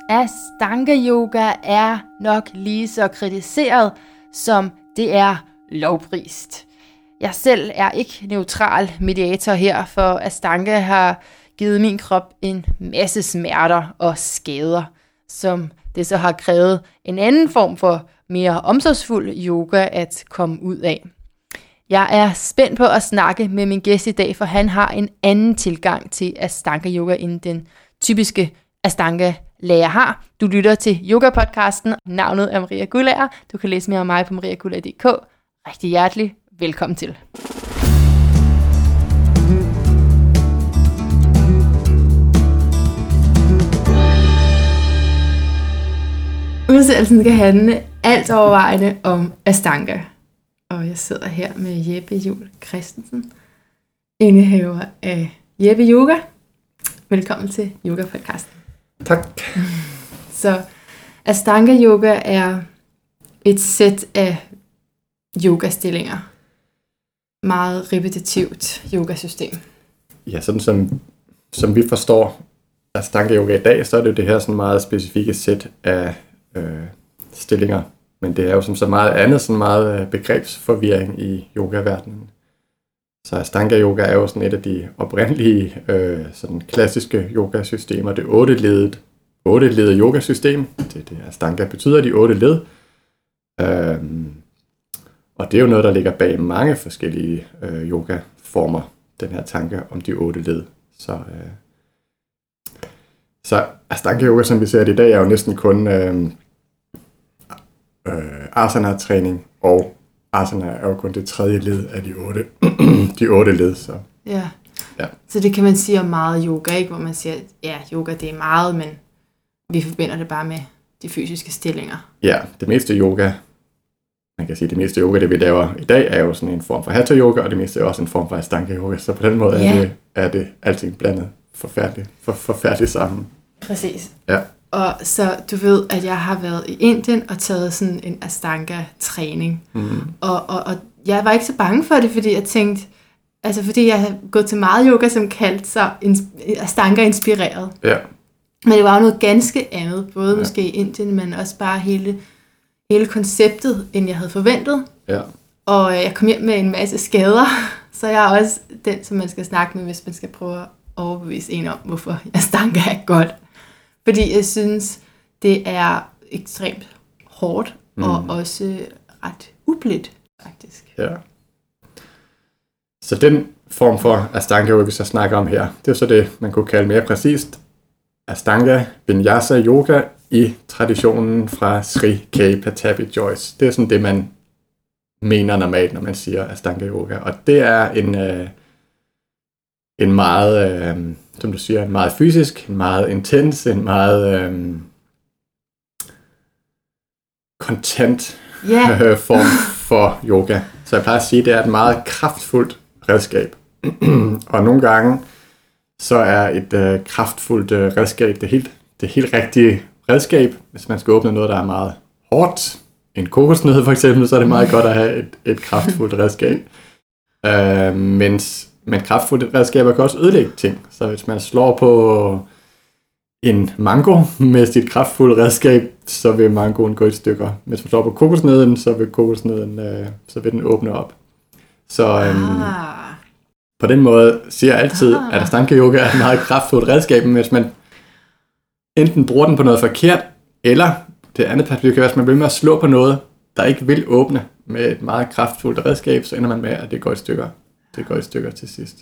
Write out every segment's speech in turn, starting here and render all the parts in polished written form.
Ashtanga yoga er nok lige så kritiseret, som det er lovprist. Jeg selv er ikke neutral mediator her, for Ashtanga har givet min krop en masse smerter og skader, som det så har krævet en anden form for mere omsorgsfuld yoga at komme ud af. Jeg er spændt på at snakke med min gæst i dag, for han har en anden tilgang til Ashtanga yoga end den typiske Ashtanga lærer har. Du lytter til Yoga-podcasten. Navnet er Maria Guldager. Du kan læse mere om mig på mariaguldager.dk. Rigtig hjertelig velkommen til. Udsendelsen skal handle alt overvejende om Ashtanga. Og jeg sidder her med Jeppe Juhl Christensen, indehaver af Jeppe Yoga. Velkommen til Yoga-podcasten. Tak. Så Ashtanga yoga er et sæt af yogastillinger. Meget repetitivt yogasystem. Ja, sådan som vi forstår Ashtanga yoga i dag, så er det jo det her sådan meget specifikke sæt af stillinger. Men det er jo som så meget andet, sådan meget begrebsforvirring i yogaverdenen. Så Ashtanga yoga er jo sådan et af de oprindelige sådan klassiske yogasystemer. Det 8-ledede yogasystem. Det Ashtanga betyder de 8 led. Og det er jo noget, der ligger bag mange forskellige yogaformer, den her tanke om de 8 led. Så Ashtanga yoga, som vi ser det i dag, er jo næsten kun asana-træning, og asana er jo kun det 3. led af de 8 led. Så. Ja, så det kan man sige om meget yoga, ikke? Hvor man siger, ja, yoga det er meget, men vi forbinder det bare med de fysiske stillinger. Ja, det meste yoga, det vi laver i dag, er jo sådan en form for hatha yoga, og det meste er også en form for Ashtanga yoga, så på den måde er det alting blandet forfærdeligt sammen. Præcis. Ja. Og så du ved, at jeg har været i Indien og taget sådan en Ashtanga-træning. Og jeg var ikke så bange for det, fordi jeg tænkte, fordi jeg havde gået til meget yoga, som kaldte sig Ashtanga-inspireret. Ja. Men det var jo noget ganske andet, både måske i Indien, men også bare hele konceptet, end jeg havde forventet. Ja. Og jeg kom hjem med en masse skader, så jeg er også den, som man skal snakke med, hvis man skal prøve at overbevise en om, hvorfor Ashtanga er godt. Fordi jeg synes, det er ekstremt hårdt, og også ret ublidt, faktisk. Ja. Så den form for Ashtanga yoga, vi så snakker om her, det er så det, man kunne kalde mere præcist Ashtanga Vinyasa yoga i traditionen fra Sri K. Pattabhi Jois. Det er sådan det, man mener normalt, når man siger Ashtanga yoga. Og det er en meget, som du siger, en meget fysisk, en meget intens, en meget kontant form for yoga. Så jeg plejer at sige, at det er et meget kraftfuldt redskab. Og nogle gange, så er et kraftfuldt redskab det helt rigtige redskab. Hvis man skal åbne noget, der er meget hårdt, en kokosnød for eksempel, så er det meget godt at have et kraftfuldt redskab. Men kraftfulde redskaber kan også ødelægge ting. Så hvis man slår på en mango med sit kraftfulde redskab, så vil mangoen gå i stykker. Hvis man slår på kokosnøden, så vil kokosnøden så vil den åbne op. Så på den måde siger jeg altid, at Ashtanga yoga er et meget kraftfuldt redskab, men hvis man enten bruger den på noget forkert, eller det andet perspektiv, hvis man vil med at slå på noget, der ikke vil åbne med et meget kraftfuldt redskab, så ender man med, at det går i stykker. Det går i stykker til sidst.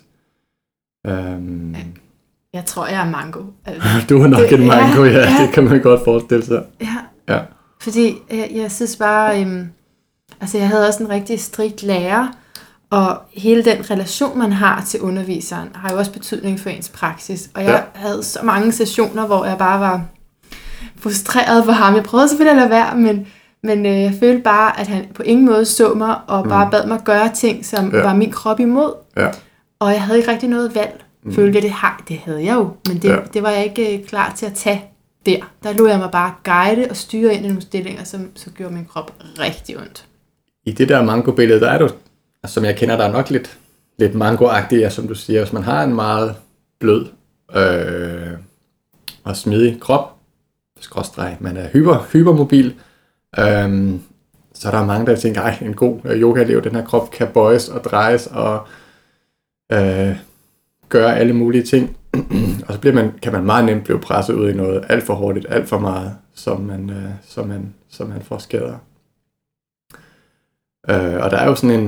Jeg tror, jeg er mango. Du er nok en mango, ja. Det kan man godt forestille sig. Ja. Fordi jeg synes bare, jeg havde også en rigtig strikt lærer, og hele den relation, man har til underviseren, har jo også betydning for ens praksis. Og jeg havde så mange sessioner, hvor jeg bare var frustreret på ham. Jeg prøvede selvfølgelig at lade være, men jeg følte bare, at han på ingen måde så mig, og bare bad mig gøre ting, som var min krop imod. Ja. Og jeg havde ikke rigtig noget valg. Følte jeg, det havde jeg jo, men det var jeg ikke klar til at tage der. Der lod jeg mig bare guide og styre ind i nogle stillinger, som så gjorde min krop rigtig ondt. I det der mango-billede, der er du, som jeg kender, der er nok lidt mango-agtigt, som du siger. Hvis man har en meget blød og smidig krop, skråstreg, man er hypermobil. Så der er mange, der tænker, ej, en god yoga-elev, den her krop kan bøjes og drejes og gøre alle mulige ting. Og så kan man meget nemt blive presset ud i noget alt for hurtigt, alt for meget, som man får skader. Og der er jo sådan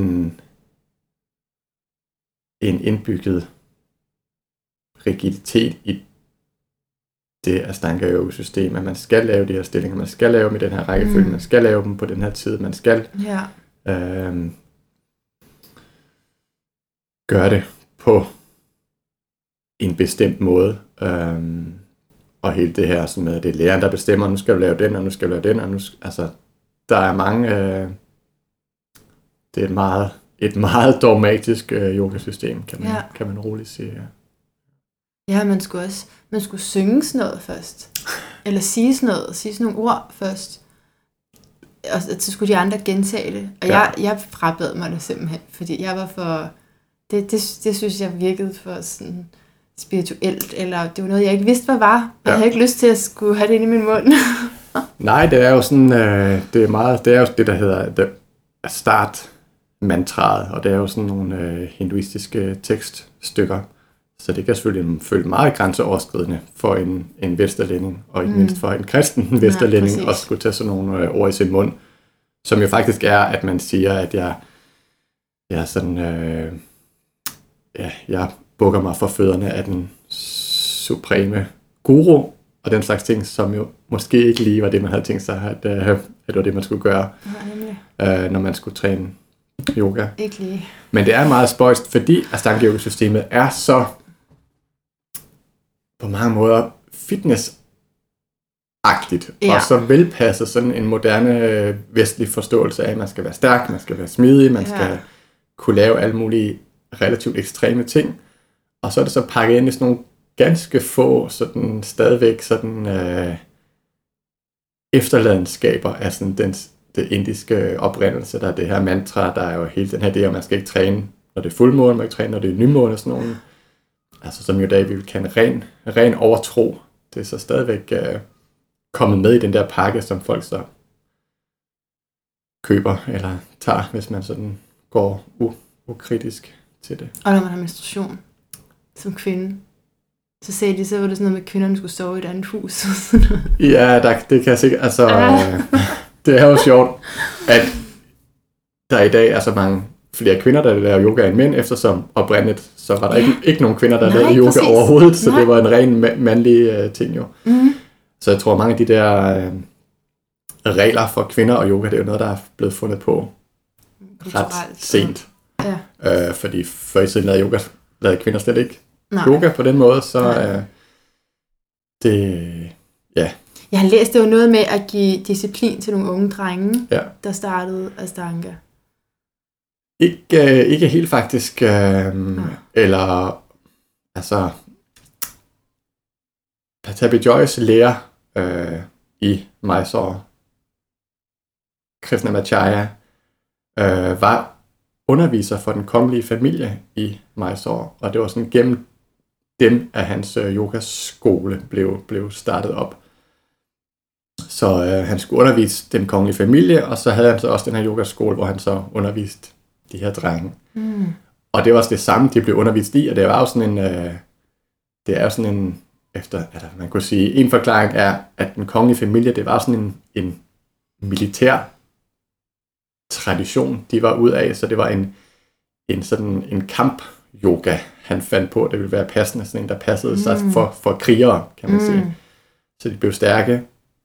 en indbygget rigiditet i det Ashtanga yoga system, at man skal lave de her stillinger, man skal lave dem i den her rækkefølge, man skal lave dem på den her tid, man skal gøre det på en bestemt måde. Og hele det her, som det er læreren, der bestemmer, nu skal du lave den, og nu skal du lave den, og nu altså, der er mange, det er et meget dogmatisk yogasystem, kan man roligt sige. Ja, man skulle synge sådan noget først. Eller sige sådan nogle ord først. Og så skulle de andre gentage det. Og jeg frabad mig det simpelthen, fordi jeg var for... Det synes jeg virkede for sådan spirituelt, eller det var noget, jeg ikke vidste, hvad var. Jeg havde ikke lyst til at skulle have det inde i min mund. Nej, det er jo sådan, det er jo det, der hedder start mantraet, og det er jo sådan nogle hinduistiske tekststykker. Så det kan selvfølgelig føle meget grænseoverskridende for en vesterlænding, og ikke mindst for en kristen vesterlænding, at skulle tage sådan nogle ord i sin mund, som jo faktisk er, at man siger, at jeg er sådan, jeg bukker mig for fødderne af den supreme guru, og den slags ting, som jo måske ikke lige var det, man havde tænkt sig, at det var det, man skulle gøre, når man skulle træne yoga. Ikke lige. Men det er meget spøjst, fordi Ashtanga yoga-systemet er så på mange måder fitnessagtigt, og så velpasset sådan en moderne vestlig forståelse af, at man skal være stærk, man skal være smidig, man skal kunne lave alle mulige relativt ekstreme ting, og så er det så pakket ind i sådan nogle ganske få sådan stadigvæk sådan efterladenskaber af sådan det indiske oprindelse, der er det her mantra, der er jo hele den her idé, at man skal ikke træne, når det er fuldmåne, man kan ikke træne, når det er nymåne og sådan nogle, altså som jo i dag vi vil kalde ren overtro. Det er så stadigvæk kommet med i den der pakke, som folk så køber eller tager, hvis man sådan går ukritisk til det. Og når man har menstruation som kvinde, så sagde de, så var det sådan noget med, at kvinderne skulle sove i et andet hus. Ja, det kan jeg sikkert, altså, det er jo sjovt, at der i dag er så mange flere kvinder, der laver yoga end mænd, eftersom oprindeligt, så var der ikke nogen kvinder, der lavede yoga overhovedet, så det var en ren mandlig ting jo. Så jeg tror, mange af de der regler for kvinder og yoga, det er jo noget, der er blevet fundet på ret sent. Fordi før i tiden lavede kvinder slet ikke yoga på den måde, så det, Jeg har læst, det var noget med at give disciplin til nogle unge drenge, der startede Ashtanga. Ikke helt faktisk, eller altså Pattabhi Jois lærer i Mysore, Krishnamacharya, var underviser for den kongelige familie i Mysore, og det var sådan gennem dem, at hans yogaskole blev startet op. Så han skulle undervise den kongelige familie, og så havde han så også den her yogaskole, hvor han så underviste de her drenge. Og det var også det samme, de blev undervist i, og det var jo sådan en, man kunne sige, en forklaring er, at den kongelige familie, det var sådan en militær tradition, de var ud af, så det var en kamp-yoga, han fandt på, det ville være passende, sådan en, der passede sig for krigere, kan man sige. Så de blev stærke,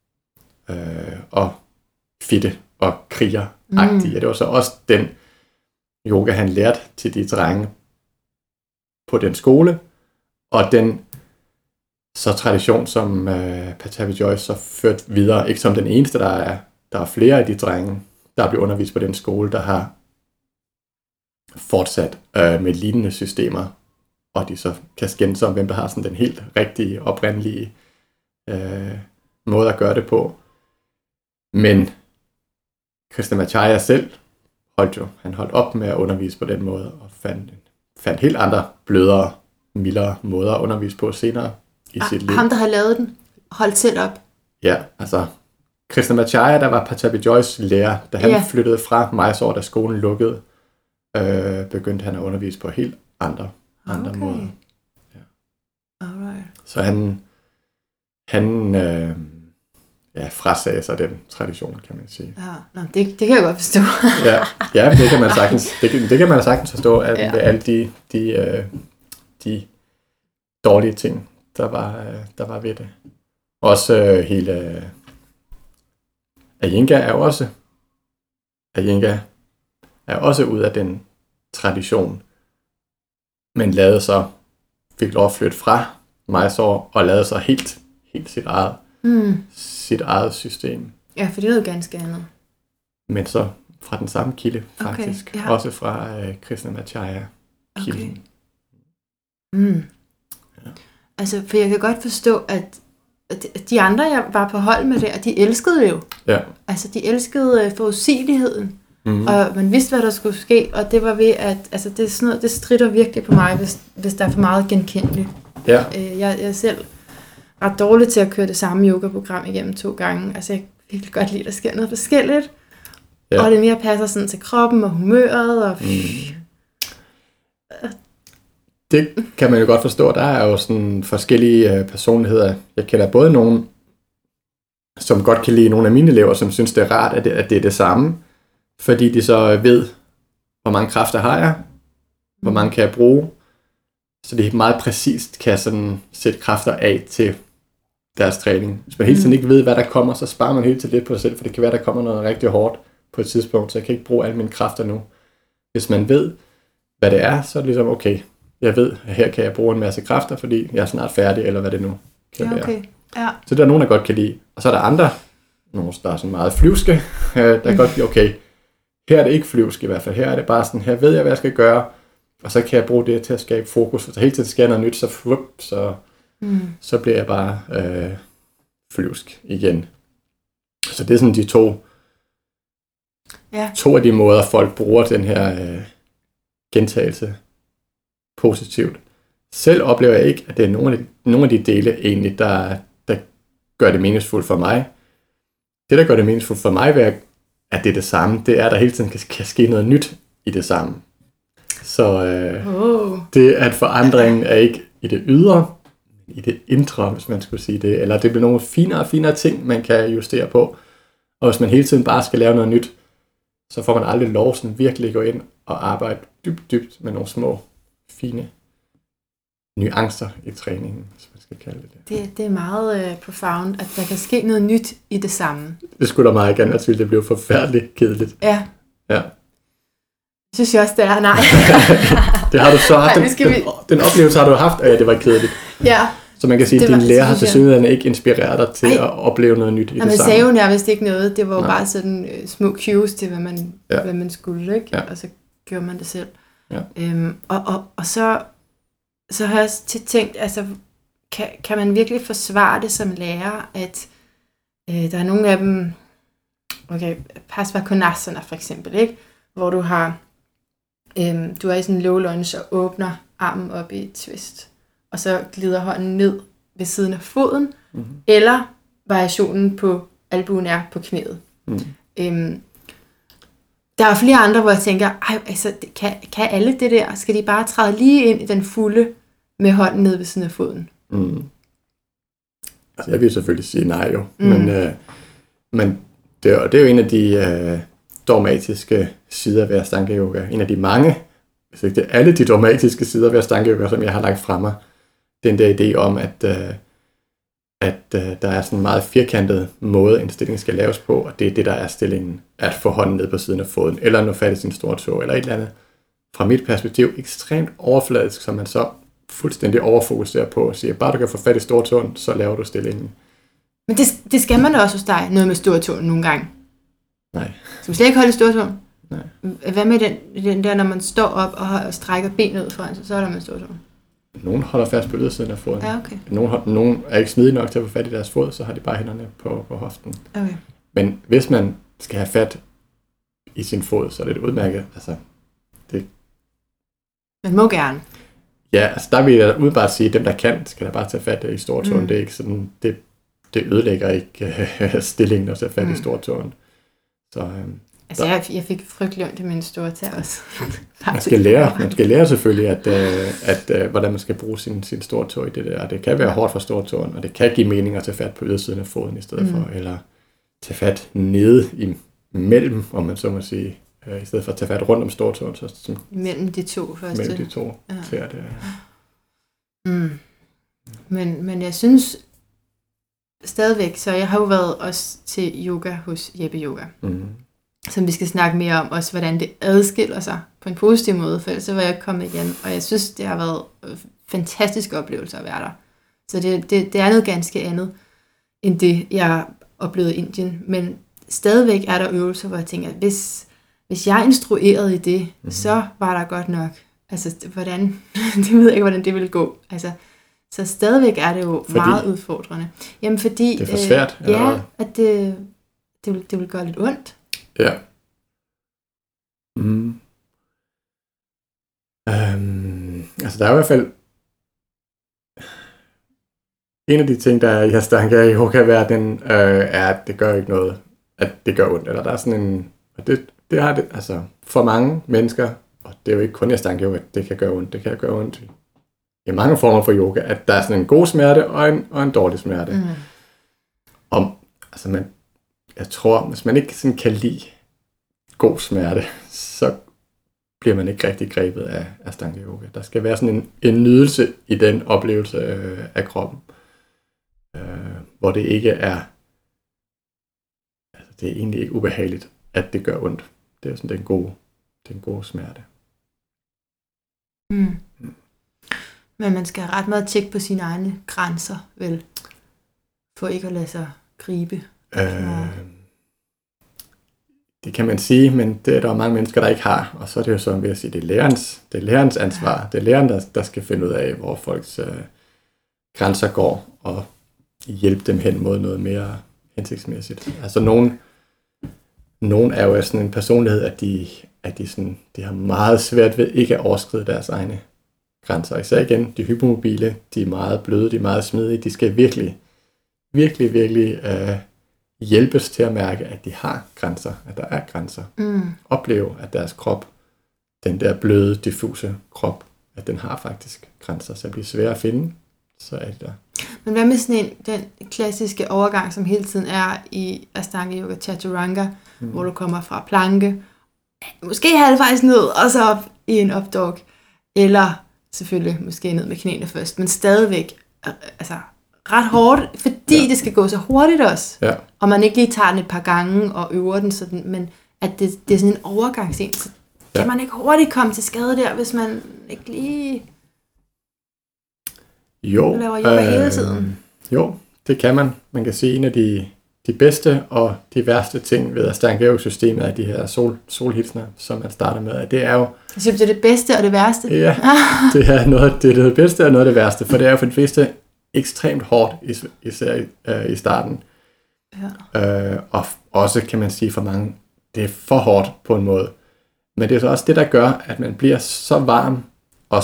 og fitte og krigeragtige. Og det var så også den yoga, han lærte til de drenge på den skole, og den så tradition, som Pattabhi Jois så ført videre, ikke som den eneste, der er flere af de drenge, der bliver undervist på den skole, der har fortsat med lignende systemer, og de så kan skændes om, hvem der har sådan den helt rigtige, oprindelige måde at gøre det på. Men Krishnamacharya selv holdt op med at undervise på den måde, og fandt helt andre, blødere, mildere måder at undervise på senere i sit liv. Ham, der har lavet den, holdt selv op? Ja, altså Krishnamacharya, der var Patabi Joys lærer, da han flyttede fra Mysore, da skolen lukkede, begyndte han at undervise på helt andre måder. Ja. Alright. Så han frasagde sig den tradition, kan man sige. Ja, det kan jeg godt forstå. ja, det kan man sagtens. Det kan man sagtens forstå, at med alle de dårlige ting, der var ved det. Også hele Iyengar er også ud af den tradition, men fik lov at flytte fra Mysore og lavede sig helt sit eget system. Ja, for det er jo ganske andet. Men så fra den samme kilde, faktisk. Okay, også fra Krishnamacharya-kilden. Okay. Ja. Altså, for jeg kan godt forstå, at de andre, jeg var på hold med det, og de elskede det jo. Ja. Altså, de elskede forudsigeligheden. Og man vidste, hvad der skulle ske, og det var ved, at altså, det er sådan noget, det stritter virkelig på mig, hvis der er for meget genkendeligt. Ja. Jeg er selv ret dårlig til at køre det samme yogaprogram igennem 2 gange. Altså, jeg kan virkelig godt lide, at der sker noget forskelligt. Ja. Og det mere passer sådan til kroppen og humøret. Og det kan man jo godt forstå. Der er jo sådan forskellige personligheder. Jeg kender både nogen, som godt kan lide nogle af mine elever, som synes, det er rart, at det er det samme. Fordi de så ved, hvor mange kræfter har jeg, hvor mange kan jeg bruge. Så det meget præcist kan sådan sætte kræfter af til deres træning. Hvis man hele tiden ikke ved, hvad der kommer, så sparer man helt til lidt på sig selv, for det kan være, der kommer noget rigtig hårdt på et tidspunkt, så jeg kan ikke bruge alle mine kræfter nu. Hvis man ved, hvad det er, så er det ligesom, okay, jeg ved, at her kan jeg bruge en masse kræfter, fordi jeg er snart færdig, eller hvad det nu kan være. Ja. Så der er nogen, der godt kan lide. Og så er der andre, nogle, der er sådan meget flyvske, der godt kan okay, her er det ikke flyvsk i hvert fald. Her er det bare sådan, her ved jeg, hvad jeg skal gøre, og så kan jeg bruge det til at skabe fokus. Så hele tiden sker noget nyt, så bliver jeg bare flyvsk igen. Så det er sådan de to af de måder, folk bruger den her gentagelse positivt. Selv oplever jeg ikke, at det er nogle af de dele egentlig, der gør det meningsfuldt for mig. Det, der gør det meningsfuldt for mig, ved at det er det samme, det er, at der hele tiden kan ske noget nyt i det samme. Så det, at forandringen er ikke i det ydre, i det indre, hvis man skulle sige det, eller det bliver nogle finere og finere ting, man kan justere på. Og hvis man hele tiden bare skal lave noget nyt, så får man aldrig lov sådan virkelig gå ind og arbejde dybt med nogle små, fine nuancer i træningen, hvis man skal kalde det. Det er meget profound, at der kan ske noget nyt i det samme. Det skulle da meget gerne, at det blev forfærdeligt kedeligt. Ja. Synes jeg også, det er. Nej. Det har du så haft. Den oplevelse har du haft, at det var kedeligt. Ja. Så man kan sige, at din lærer har tilsyneladende ikke inspireret dig til at opleve noget nyt i det samme. Man sagde jo nærmest ikke noget. Det var jo bare sådan små cues til, hvad man skulle, ikke? Ja. Og så gjorde man det selv. Ja. Og så har jeg tit tænkt, altså, kan man virkelig forsvare det som lærer, at der er nogle af dem, okay, Parsvakonasana for eksempel, ikke? Hvor du har, du er i sådan en low lunge og åbner armen op i et twist, og så glider hånden ned ved siden af foden, eller variationen på albuen er på knæet. Der er flere andre, hvor jeg tænker, altså, kan alle det der? Skal de bare træde lige ind i den fulde med hånden ned ved siden af foden? Altså, jeg vil selvfølgelig sige nej jo, men det er jo en af de dogmatiske sider ved Ashtanga Yoga. En af de mange, hvis ikke det er alle de dogmatiske sider ved Ashtanga Yoga, som jeg har lagt frem mig. Den der idé om, at der er sådan en meget firkantet måde, en stilling skal laves på, og det er det, der er stillingen, at få hånden ned på siden af foden, eller nå fat i sin store tå, eller et eller andet. Fra mit perspektiv ekstremt overfladisk, som man så fuldstændig overfokuserer på, og siger, bare du kan få fat i store tåen, så laver du stillingen. Men det skal man også hos dig, noget med store tåen nogle gange. Nej. Så man slet ikke holde i store tåen? Nej. Hvad med den der, når man står op og strækker benet ud foran sig, så er der med store tåen? Nogen holder fast på ydersiden af foden. Ja, okay. Nogen er ikke smidige nok til at få fat i deres fod, så har de bare hænderne på hoften. Okay. Men hvis man skal have fat i sin fod, så er det et udmærket. Altså, det... Man må gerne. Ja, altså der vil jeg udebart sige, at dem der kan, skal da bare tage fat i stortåen. Det er ikke sådan, det det ødelægger ikke stillingen og sætte fat i stortåen. Så, altså jeg fik frygtelig ondt i min store tær også. man skal lære selvfølgelig, at hvordan man skal bruge sin stortå i det der. Det kan være hårdt for stortåen, og det kan give mening at tage fat på ydersiden af foden i stedet for, eller tage fat nede imellem, om man så må sige, i stedet for at tage fat rundt om stortåen. Så mellem de to første. Mellem de to tæer der. Men jeg synes stadigvæk, så jeg har jo været også til yoga hos Jeppe Yoga, som vi skal snakke mere om, også hvordan det adskiller sig på en positiv måde, for ellers så var jeg kommet igen, og jeg synes, det har været fantastiske oplevelser at være der. Så det er noget ganske andet, end det, jeg oplevede i Indien, men stadigvæk er der øvelser, hvor jeg tænker, at hvis jeg instruerede i det, så var der godt nok, altså hvordan, det ved jeg ikke, hvordan det ville gå, altså. Så stadigvæk er det jo meget udfordrende. Jamen fordi... Det er for svært? Ja, at det vil gøre lidt ondt. Ja. Altså der er i hvert fald... En af de ting, der er i Ashtanga yoga-verdenen, er, at det gør ikke noget, at det gør ondt. Eller der er sådan en... Og det har det, altså for mange mennesker, og det er jo ikke kun i Ashtanga yoga, det kan gøre ondt. Det kan gøre ondt i mange former for yoga, at der er sådan en god smerte og en dårlig smerte. Altså jeg tror, hvis man ikke sådan kan lide god smerte, så bliver man ikke rigtig grebet af Ashtanga yoga. Der skal være sådan en nydelse i den oplevelse af kroppen, hvor det ikke er, altså det er egentlig ikke ubehageligt, at det gør ondt. Det er sådan den gode smerte. Men man skal have ret meget tjek på sine egne grænser, vel? For ikke at lade sig gribe. Det kan man sige, men det er der mange mennesker, der ikke har. Og så er det jo sådan ved at sige, det er lærerens ansvar. Det er læreren, der skal finde ud af, hvor folks grænser går, og hjælpe dem hen mod noget mere hensigtsmæssigt. Altså nogen er jo sådan en personlighed, at de har meget svært ved ikke at overskride deres egne grænser. Især igen, de hypermobile, de er meget bløde, de er meget smidige, de skal virkelig hjælpes til at mærke, at de har grænser, at der er grænser. Opleve, at deres krop, den der bløde, diffuse krop, at den har faktisk grænser, så det bliver svært at finde, så er det der. Men hvad med sådan den klassiske overgang, som hele tiden er i Ashtanga Yoga Chaturanga, hvor du kommer fra planke, måske halvvejs ned, og så op i en updog, eller selvfølgelig måske ned med knæene først, men stadigvæk altså ret hårdt, fordi det skal gå så hurtigt også, og man ikke lige tager den et par gange og øver den sådan, men at det er sådan en overgangsscene, så kan man ikke hurtigt komme til skade der, hvis man ikke lige laver yoga hele tiden. Jo, det kan man. Man kan sige, en af de bedste og de værste ting ved Ashtanga Yoga-systemet er de her solhilsner, som man starter med. Det er jo... Jeg synes, det er det bedste og det værste. Ja, det er det bedste og noget af det værste, for det er jo for de fleste ekstremt hårdt, især i starten. Og også, kan man sige, for mange, det er for hårdt på en måde. Men det er så også det, der gør, at man bliver så varm, og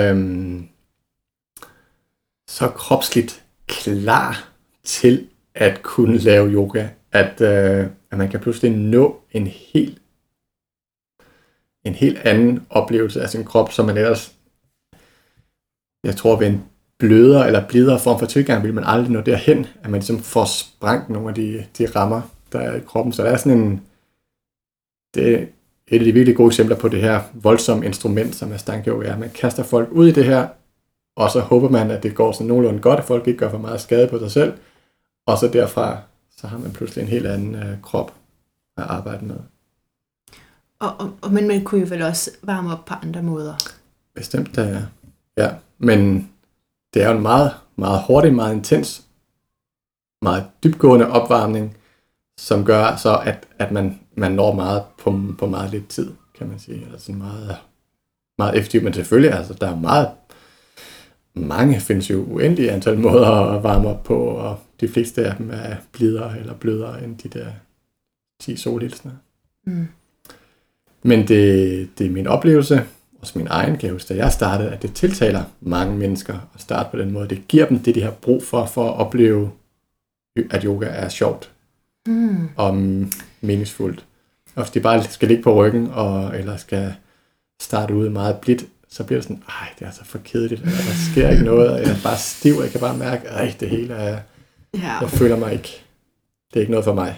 så kropsligt klar til at kunne lave yoga, at man kan pludselig nå en helt anden oplevelse af sin krop, som man ellers, jeg tror, ved en blødere eller blidere form for tilgang, vil man aldrig nå derhen, at man ligesom får sprængt nogle af de rammer, der er i kroppen. Så der er sådan det er et af de virkelig gode eksempler på det her voldsomme instrument, som Ashtanga Yoga er. Man kaster folk ud i det her, og så håber man, at det går sådan nogenlunde godt, at folk ikke gør for meget skade på sig selv, og så derfra, så har man pludselig en helt anden krop at arbejde med. Men man kunne jo vel også varme op på andre måder? Bestemt, ja. Men det er jo en meget, meget hurtig, meget intens, meget dybgående opvarmning, som gør så, at man når meget på meget lidt tid, kan man sige. Altså meget, meget effektivt, men selvfølgelig, altså der er mange findes jo uendelige antal måder at varme op på, og de fleste af dem er blidere eller blødere end de der 10 solhilsner. Men det er min oplevelse, også min egen, kan jeg huske, da jeg startede, at det tiltaler mange mennesker at starte på den måde. Det giver dem det, de har brug for at opleve at yoga er sjovt og meningsfuldt. Og hvis de bare skal ligge på ryggen, eller skal starte ud meget blidt, så bliver det sådan, det er så for kedeligt, der sker ikke noget, og jeg er bare stiv, jeg kan bare mærke, det hele er, jeg føler mig ikke, det er ikke noget for mig.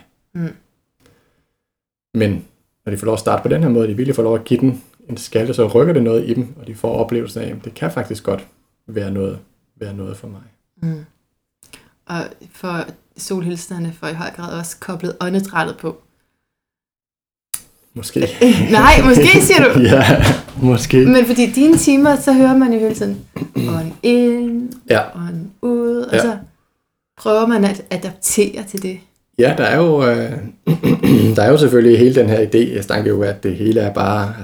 Men når de får lov at starte på den her måde, de virkelig får lov at give den en skalle, så rykker det noget i dem, og de får oplevelsen af, at det kan faktisk godt være noget for mig. Og for solhilsnerne får i høj grad også koblet åndedrættet på. Måske. Nej, måske siger du. Ja, måske. Men fordi dine timer, så hører man jo hele tiden ånd ind, ånd ud, og så prøver man at adaptere til det. Ja, der er jo selvfølgelig hele den her idé i Ashtanga Yoga, at det hele er bare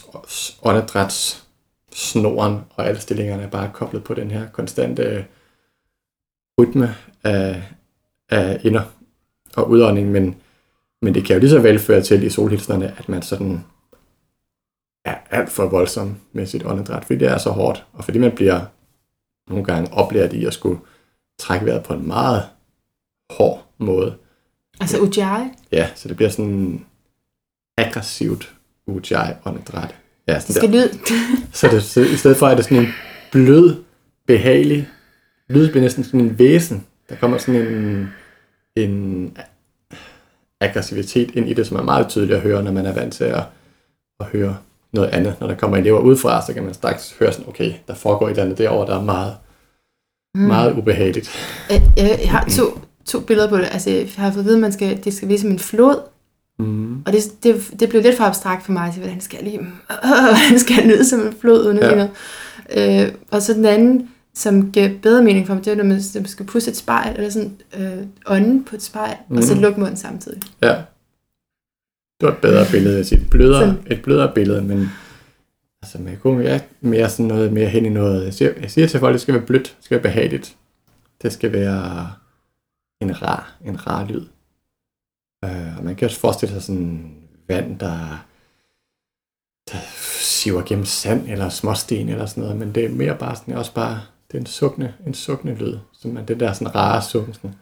åndedrætssnoren, og alle stillingerne er bare koblet på den her konstante rytme af ind- og udånding, men det kan jo lige så vel føre til i solhilsnerne, at man sådan er alt for voldsom med sit åndedræt, fordi det er så hårdt, og fordi man bliver nogle gange oplært i at skulle trække vejret på en meget hård måde. Altså Ujjayi? Ja, så det bliver sådan aggressivt Ujjayi-åndedræt. Ja, det skal lyde. Så i stedet for, at det sådan en blød, behagelig lyd, bliver næsten sådan en væsen. Der kommer sådan en aggressivitet ind i det, som er meget tydeligt at høre, når man er vant til at høre noget andet. Når der kommer elever udefra, så kan man straks høre sådan, okay, der foregår et eller andet derovre, der er meget, meget ubehageligt. Jeg har to billeder på det. Altså, jeg har fået at vide, at det skal blive som en flod. Og det blev lidt for abstrakt for mig, så han skal lyde som en flod uden noget. Og så den anden, som giver bedre mening for mig, det er, når man skal pusse et spejl, eller sådan ånden på et spejl, og så lukke munden samtidig. Ja. Det var et bedre billede. Et blødere billede, men altså med yoga mere sådan noget mere hen i noget. Jeg siger til folk, at det skal være blødt, det skal være behageligt. Det skal være en rar lyd. Og man kan også forestille sig sådan vand, der siver gennem sand eller småsten eller sådan noget, men det er mere bare sådan, også bare, det er en sukkende lyd, som er det der sådan rare sukken, sådan,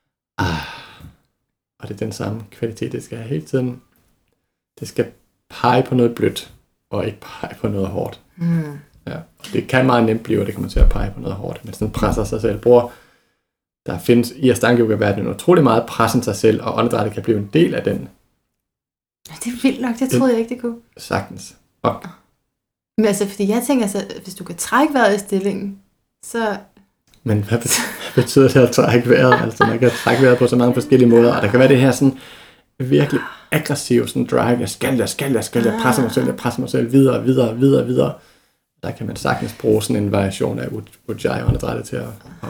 og det er den samme kvalitet, det skal have hele tiden. Det skal pege på noget blødt, og ikke pege på noget hårdt. Ja. Det kan meget nemt blive, og det kommer til at pege på noget hårdt, men sådan presser sig selv. Der findes i Ashtanga Yoga-verdenen utrolig meget pressen sig selv, og åndedrættet kan blive en del af den. Det er vildt nok, det troede jeg ikke, det kunne. Sagtens. Men altså, fordi jeg tænker så, hvis du kan trække vejret i stillingen, så... Men hvad betyder det at trække vejret? Altså, man kan trække vejret på så mange forskellige måder, og der kan være det her sådan virkelig aggressiv sådan drive. Jeg presser mig selv videre. Der kan man sagtens bruge sådan en variation af Ujjayi-åndedrættet til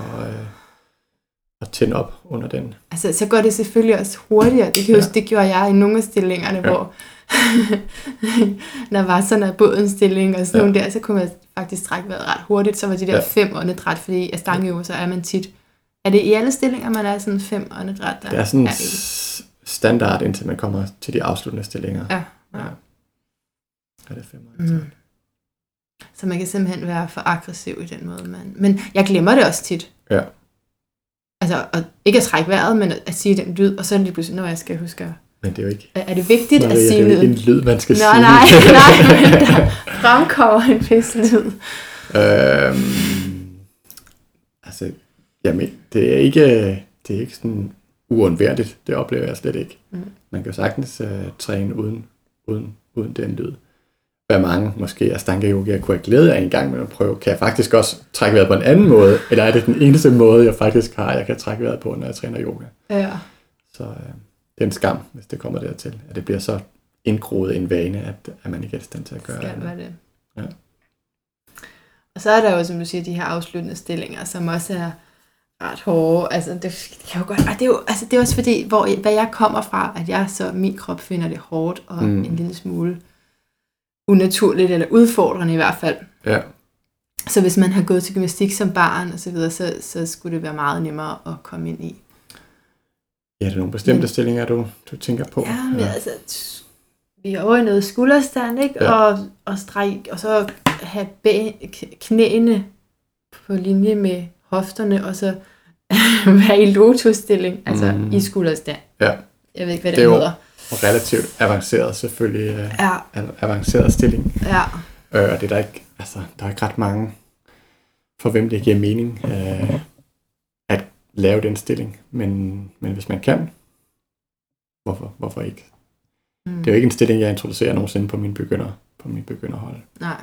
at tænde op under den. Altså, så går det selvfølgelig også hurtigere. Det gjorde jeg i nogle af stillingerne, hvor der var sådan en bådenstilling og sådan nogle der, så kunne man faktisk trække vejret ret hurtigt. Så var de der 5 åndedræt, fordi i Ashtanga Yoga, så er man tit... Er det i alle stillinger, man er sådan 5 åndedræt? Det er sådan standard, indtil man kommer til de afsluttende stillinger. Ja. Er det 5 åndedræt? Så man kan simpelthen være for aggressiv i den måde. Men jeg glemmer det også tit. Ja. Altså, ikke at trække vejret, men at sige den lyd, og så er det lige pludselig, når jeg skal huske at... Men det er jo ikke... Er det vigtigt at sige lyden? Det er jo ikke en lyd, man skal sige. Nej, men der fremkommer en pisslyd. Altså, jamen, det er ikke sådan uundværligt. Det oplever jeg slet ikke. Man kan jo sagtens træne uden den lyd. Hvad mange måske Ashtanga Yoga kunne have glæde af en gang med at prøve. Kan jeg faktisk også trække vejret på en anden måde? Eller er det den eneste måde, jeg faktisk har, jeg kan trække vejret på, når jeg træner yoga? Ja. Så det er en skam, hvis det kommer dertil. At det bliver så indgroet en vane, at man ikke er i stand til at gøre det. Skal være det. Ja. Og så er der jo, som du siger, de her afsluttende stillinger, som også er ret hårde. Altså, det kan jo godt... det er også fordi, hvad jeg kommer fra, at min krop finder det hårdt og en lille smule unaturligt, eller udfordrende i hvert fald. Ja. Så hvis man har gået til gymnastik som barn, og så videre, så skulle det være meget nemmere at komme ind i. Ja, det er nogle bestemte stillinger, du tænker på. Ja, men altså, vi er over i noget skulderstand, ikke? Ja. Og stræk, og så have knæene på linje med hofterne, og så være i lotusstilling, altså i skulderstand. Ja. Jeg ved ikke, hvad det hedder. Det er jo relativt avanceret selvfølgelig. Ja. Avanceret stilling. Ja. Og det er der ikke, altså, der er ikke ret mange, for hvem det giver mening at lave den stilling. Men hvis man kan, hvorfor ikke? Det er jo ikke en stilling, jeg introducerer nogensinde på min begynderhold. Nej.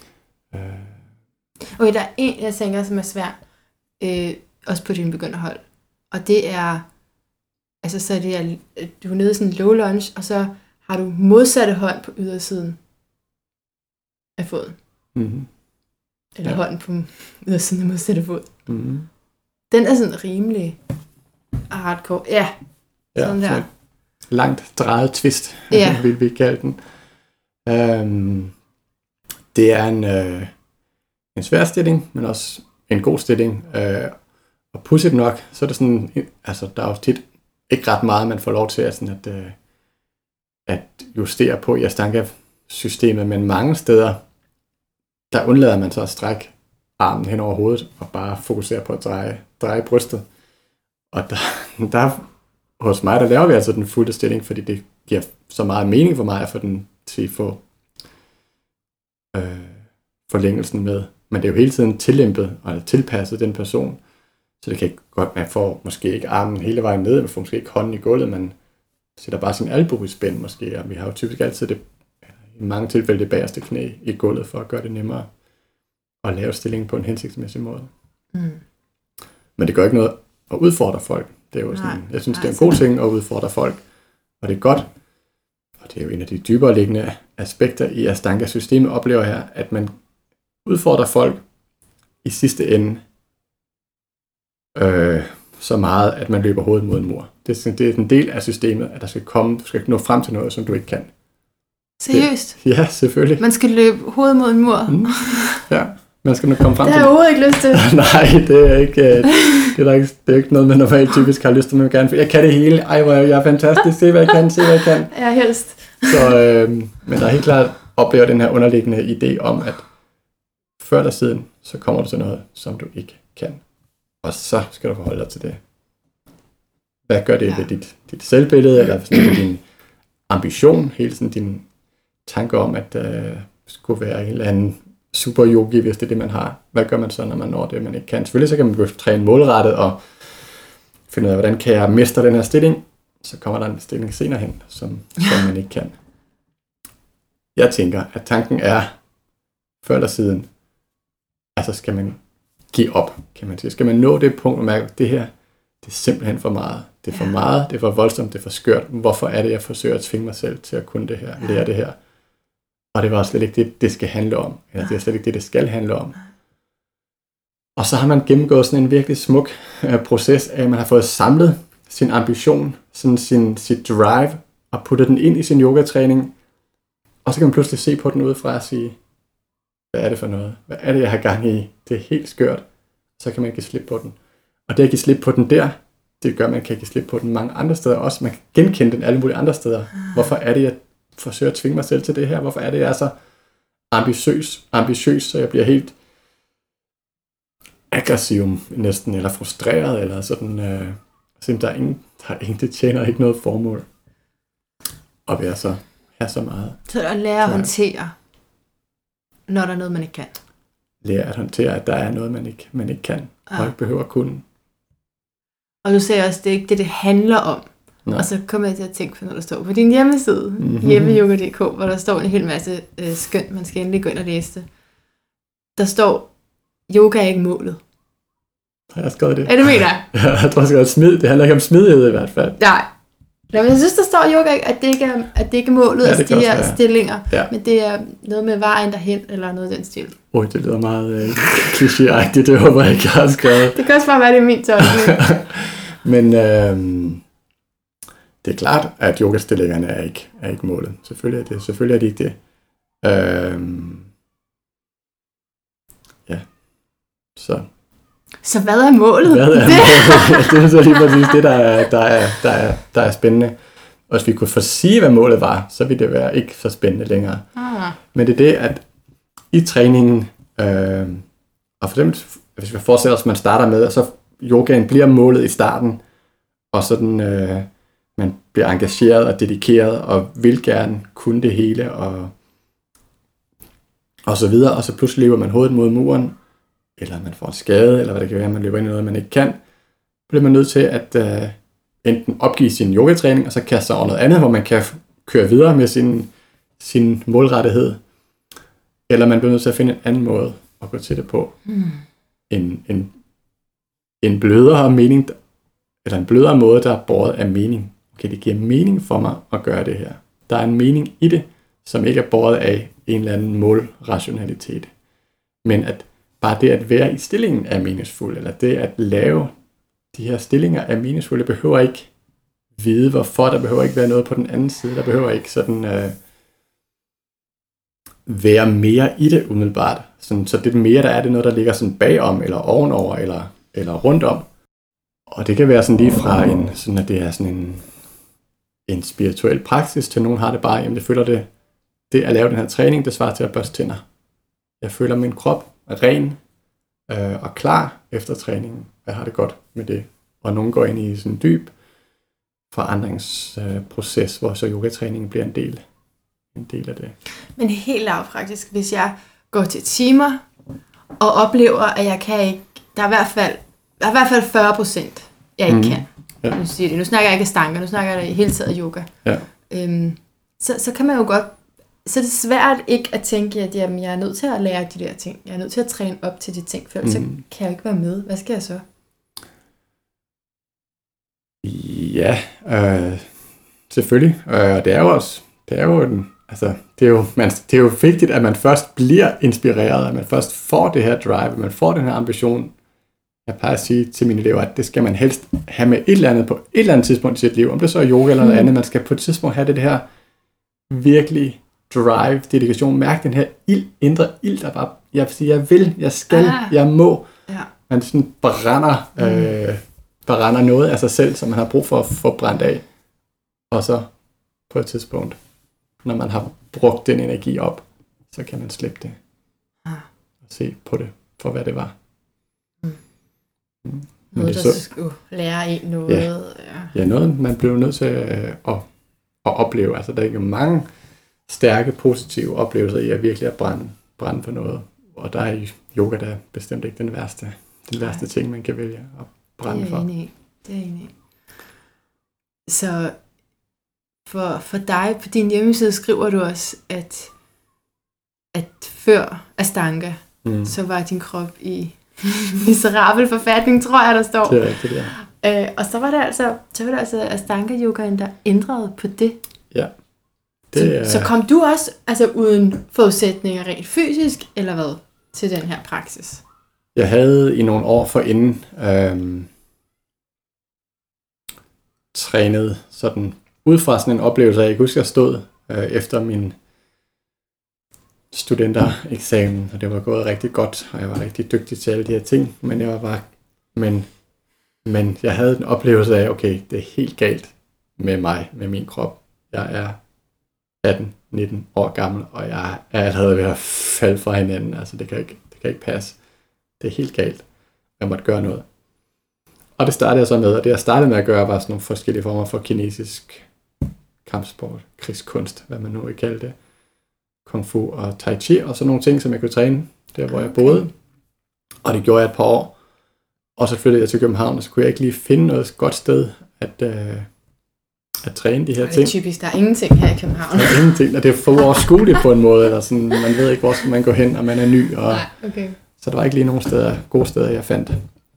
Okay, der er en, jeg tænker, som er svær, også på din begynderhold. Og det er, altså så det er, du er nede i sådan en low lunge, og så har du modsatte hånd på ydersiden af foden. Mm-hmm. Eller hånden på ydersiden af modsatte fod. Mm-hmm. Den er sådan rimelig hardcore. Ja, sådan der. Langt drejet twist, vil vi kalde den. Det er en svær stilling, men også en god stilling. Og pudsigt nok, så er det sådan, altså der er jo tit ikke ret meget, man får lov til at justere på i Ashtanga-systemet, men mange steder, der undlader man så at strække armen hen over hovedet og bare fokusere på at dreje brystet. Og der hos mig, der laver vi altså den fulde stilling, fordi det giver så meget mening for mig at få den til at få forlængelsen med. Men det er jo hele tiden tillempet og tilpasset den person, så det kan ikke godt, man får måske ikke armen hele vejen ned, man får måske ikke hånden i gulvet, man sætter bare sin albue i spænd måske, og vi har jo typisk altid det, i mange tilfælde det bagerste knæ i gulvet, for at gøre det nemmere at lave stillingen på en hensigtsmæssig måde. Men det gør ikke noget at udfordre folk. Det er jo sådan, jeg synes, det er en god ting at udfordre folk, og det er godt. Og det er jo en af de dybere liggende aspekter i Ashtanga-systemet, oplever jeg, at man udfordrer folk i sidste ende så meget, at man løber hovedet mod en mur. Det er en del af systemet, at du skal nå frem til noget, som du ikke kan. Seriøst? Ja, selvfølgelig. Man skal løbe hovedet mod en mur? Ja, man skal nu komme frem til. Det har jeg overhovedet ikke lyst til. Nej, det er ikke, det er ikke noget, man normalt typisk har lyst til, man gerne. Jeg kan det hele. Ej, hvor jeg er fantastisk. Se, hvad jeg kan. Ja, helst. Så, men der er helt klart oplever den her underliggende idé om, at før eller siden, så kommer du til noget, som du ikke kan. Og så skal du forholde dig til det. Hvad gør det ved dit selvbillede, eller ved din ambition, hele sådan din tanke om, at skulle være en eller anden super yogi, hvis det er det, man har. Hvad gør man så, når man når det, man ikke kan? Selvfølgelig så kan man træne målrettet og finde ud af, hvordan kan jeg mestre den her stilling. Så kommer der en stilling senere hen, som man ikke kan. Jeg tænker, at tanken er, før eller siden, altså skal man give op, kan man sige. Skal man nå det punkt og mærke, at det her, det er simpelthen for meget. Det er for meget, det er for voldsomt, det er for skørt. Hvorfor er det, jeg forsøger at tvinge mig selv til at kunne det her, lære det her? Og det var slet ikke det skal handle om. Eller det er slet ikke det skal handle om. Og så har man gennemgået sådan en virkelig smuk proces af, at man har fået samlet sin ambition, sådan sit drive, og puttet den ind i sin yogatræning. Og så kan man pludselig se på den udefra og sige, hvad er det for noget? Hvad er det, jeg har gang i? Det er helt skørt. Så kan man give slip på den. Og det at give slip på den der, det gør, at man kan give slip på den mange andre steder også. Man kan genkende den alle mulige andre steder. Hvorfor er det, jeg forsøger at tvinge mig selv til det her? Hvorfor er det, jeg er så ambitiøs, så jeg bliver helt aggressiv næsten, eller frustreret, eller sådan. Det tjener ikke noget formål at være så have så meget. Så at lære at håndtere, når der er noget, man ikke kan. Lære at håndtere, at der er noget, man ikke kan, og ikke behøver at kunne. Og du sagde også, det er ikke det handler om. Nej. Og så kommer jeg til at tænke på, når der står på din hjemmeside, hjemmeyoga.dk, hvor der står en hel masse skønt, man skal endelig gå ind og læse det. Der står, yoga er ikke målet. Har jeg skrevet det? Ja, det mener jeg. Jeg tror, jeg skal det handler ikke om smidighed i hvert fald. Nej. Men jeg synes, der står yoga, at det ikke er målet, ja, altså de her stillinger. Ja. Men det er noget med vejen derhen, eller noget af den stil. Det lyder meget klichéagtigt, det håber jeg ikke, jeg har skrevet. Det kan også bare være, det er min tolkning. Men det er klart, at yogastillingerne er ikke målet. Selvfølgelig er det ikke det. Ja. Så hvad er målet? Hvad er målet? Det er så lige præcis det, der er spændende. Og hvis vi kunne få sige, hvad målet var, så ville det være ikke så spændende længere. Men det er det, at i træningen, og for eksempel, hvis vi forestiller os, at man starter med, og så yogaen bliver målet i starten, og sådan man bliver engageret og dedikeret, og vil gerne kunne det hele, og så videre, og så pludselig løber man hovedet mod muren, eller man får en skade, eller hvad det kan være, man løber ind i noget, man ikke kan, bliver man nødt til at enten opgive sin yogatræning, og så kaste sig over noget andet, hvor man kan køre videre med sin målrettighed, eller man bliver nødt til at finde en anden måde at gå til det på. En blødere mening, eller en blødere måde, der er båret af mening. Okay, det giver mening for mig at gøre det her. Der er en mening i det, som ikke er båret af en eller anden målrationalitet. Men at bare det at være i stillingen er meningsfuldt, eller det at lave de her stillinger er meningsfulde, behøver ikke vide hvorfor, der behøver ikke være noget på den anden side, der behøver ikke sådan være mere i det umiddelbart. Sådan, så det mere der er, det er noget, der ligger sådan bagom, eller ovenover, eller rundt om. Og det kan være sådan lige fra sådan at det er sådan en spirituel praksis, til nogen har det bare, jamen det føler det at lave den her træning, det svarer til at børste tænder. Jeg føler min krop er ren og klar efter træningen. Jeg har det godt med det. Og nogen går ind i sådan en dyb forandringsproces, hvor så yogatræningen bliver en del af det. Men helt lavpraktisk, hvis jeg går til timer og oplever, at jeg kan ikke, der er i hvert fald 40%, jeg ikke kan. Ja. Nu snakker jeg ikke Ashtanga, nu snakker jeg i hele taget yoga. Ja. Så kan man jo godt, så er det svært ikke at tænke, at jamen, jeg er nødt til at lære de der ting. Jeg er nødt til at træne op til de ting, for så kan jeg jo ikke være med. Hvad skal jeg så? Ja, selvfølgelig. Og det er jo vigtigt, at man først bliver inspireret, at man først får det her drive, at man får den her ambition. Jeg plejer at sige til mine elever, at det skal man helst have med et eller andet på et eller andet tidspunkt i sit liv. Om det så er yoga eller noget andet, man skal på et tidspunkt have det her virkelig drive, dedikation, mærke den her indre ild, der bare, jeg vil sige, jeg vil, jeg skal, jeg må. Ja. Man sådan brænder noget af sig selv, som man har brug for at få brændt af. Og så på et tidspunkt, når man har brugt den energi op, så kan man slippe det. Og se på det for, hvad det var. Noget, der skulle lære en noget. Ja, noget, man blev nødt til at opleve. Altså, der er jo mange stærke, positive oplevelser i at virkelig at brænde for noget. Og der er yoga, der er bestemt ikke den værste ting, man kan vælge at brænde for. Det er jeg enig i. Så for dig, på din hjemmeside, skriver du også, at før Ashtanga, så var din krop i miserabel forfatning, tror jeg, der står. Det er rigtigt, ja. Og så var det altså Ashtanga-yogaen, der ændrede på det. Ja. Så kom du også uden forudsætninger rent fysisk, eller hvad, til den her praksis? Jeg havde i nogle år forinden trænet sådan ud fra sådan en oplevelse af, jeg kan huske, jeg stod efter min studentereksamen, og det var gået rigtig godt, og jeg var rigtig dygtig til alle de her ting, men jeg havde en oplevelse af, okay, det er helt galt med mig, med min krop. Jeg er 18-19 år gammel, og jeg er allerede ved at falde fra hinanden. Altså, det kan ikke passe. Det er helt galt. Jeg måtte gøre noget. Og det startede jeg så med, og det jeg startede med at gøre, var sådan nogle forskellige former for kinesisk kampsport, krigskunst, hvad man nu vil kalde det. Kung fu og tai chi, og sådan nogle ting, som jeg kunne træne der, hvor jeg boede. Og det gjorde jeg et par år. Og så flyttede jeg til København, og så kunne jeg ikke lige finde noget godt sted at træne de her ting. Det er typisk, der er ingenting her i København. Der er ingenting, og det er for overskueligt på en måde, eller sådan, man ved ikke, hvor skal man gå hen, og man er ny. Og, okay. Så der var ikke lige nogen gode steder, jeg fandt.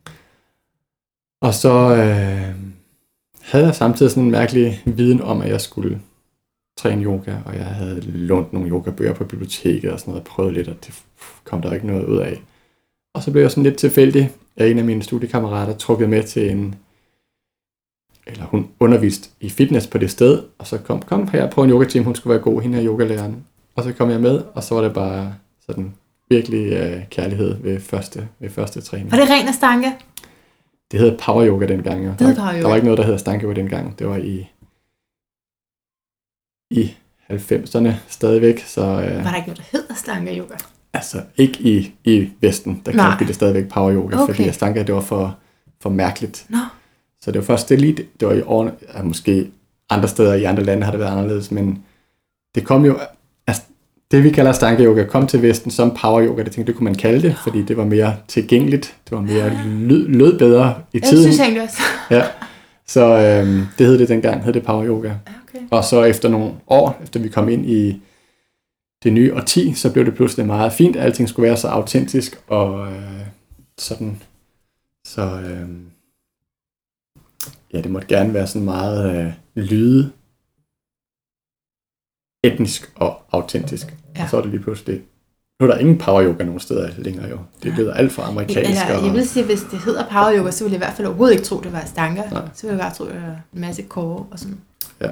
Og så havde jeg samtidig sådan en mærkelig viden om, at jeg skulle træne yoga, og jeg havde lånt nogle yogabøger på biblioteket og sådan noget, og prøvet lidt, og det kom der ikke noget ud af. Og så blev jeg sådan lidt tilfældig af en af mine studiekammerater trukket med til eller hun underviste i fitness på det sted, og så kom her på en yogateam, hun skulle være god, hende her yogalæreren. Og så kom jeg med, og så var det bare sådan virkelig kærlighed ved første træning. Var det ren Ashtanga? Det hed power yoga dengang. Ja. Der var ikke noget, der hed Ashtanga yoga dengang. Det var i 90'erne stadigvæk. Så, var der ikke noget, der hed Ashtanga yoga? Altså ikke i Vesten. Der kaldte vi det stadigvæk power yoga, fordi Ashtanga det var for for mærkeligt. Nå. Så det var først det var i årene, måske andre steder i andre lande har det været anderledes, men det kom jo, altså det vi kalder Ashtanga yoga kom til Vesten som power yoga, det tænkte det kunne man kalde det, fordi det var mere tilgængeligt, det var mere lød bedre i tiden. Det synes jeg egentlig også. Ja, så det hed det dengang, hed det power yoga. Okay. Og så efter nogle år, efter vi kom ind i det nye årti, så blev det pludselig meget fint, alting skulle være så autentisk og sådan, så ja, det måtte gerne være sådan meget lyde, etnisk og autentisk. Ja. Og så er det lige pludselig, nu er der ingen power yoga nogen steder længere jo. Det lyder alt for amerikansk. Jeg vil sige, hvis det hedder power yoga, så ville jeg i hvert fald overhovedet ikke tro, det var Ashtanga. Nej. Så ville jeg bare tro, det var en masse core og sådan. Ja.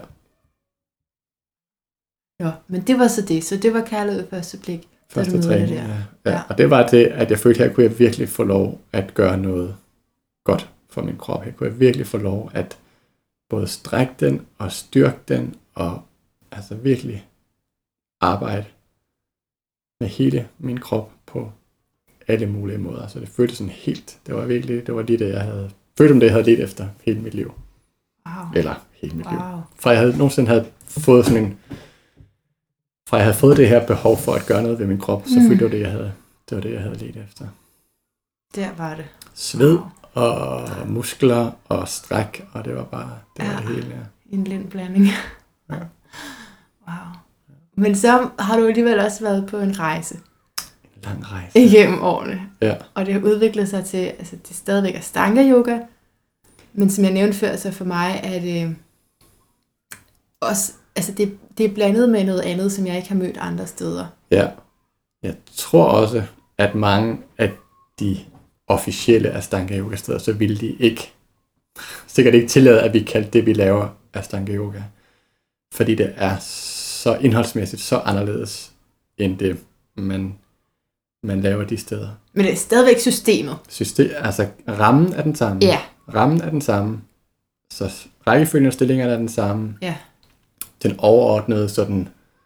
Ja, men det var så det. Så det var kærlighed første blik. Første træning, ja. Og det var det, at jeg følte, at her kunne jeg virkelig få lov at gøre noget godt for min krop. Her kunne jeg virkelig få lov at både strække den og styrke den, og altså virkelig arbejde med hele min krop på alle mulige måder. Så det føltes sådan helt, det var lige det, jeg havde følt om det, jeg havde let efter hele mit liv. Wow. Eller hele mit liv. Fra jeg nogensinde havde fået sådan en, fra jeg havde fået det her behov for at gøre noget ved min krop, så følte jeg det var det, jeg havde let efter. Der var det. Sved og muskler og stræk, og det var bare, det var det hele. Ja. En lind blanding. Ja. Wow. Men så har du alligevel også været på en rejse. En lang rejse. Igennem årene. Ja. Og det har udviklet sig til, altså det er stadigvæk Ashtanga yoga, men som jeg nævnte før, så for mig er det også, altså det er blandet med noget andet, som jeg ikke har mødt andre steder. Ja. Jeg tror også, at mange af de officielle Ashtanga yoga steder, så ville de sikkert ikke tillade, at vi kaldte det, vi laver, Ashtanga yoga. Fordi det er så indholdsmæssigt så anderledes, end det, man laver de steder. Men det er stadigvæk systemet. Altså rammen er den samme. Ja. Rammen er den samme. Så rækkefølgen af stillingerne er den samme. Ja. Den overordnede sådan,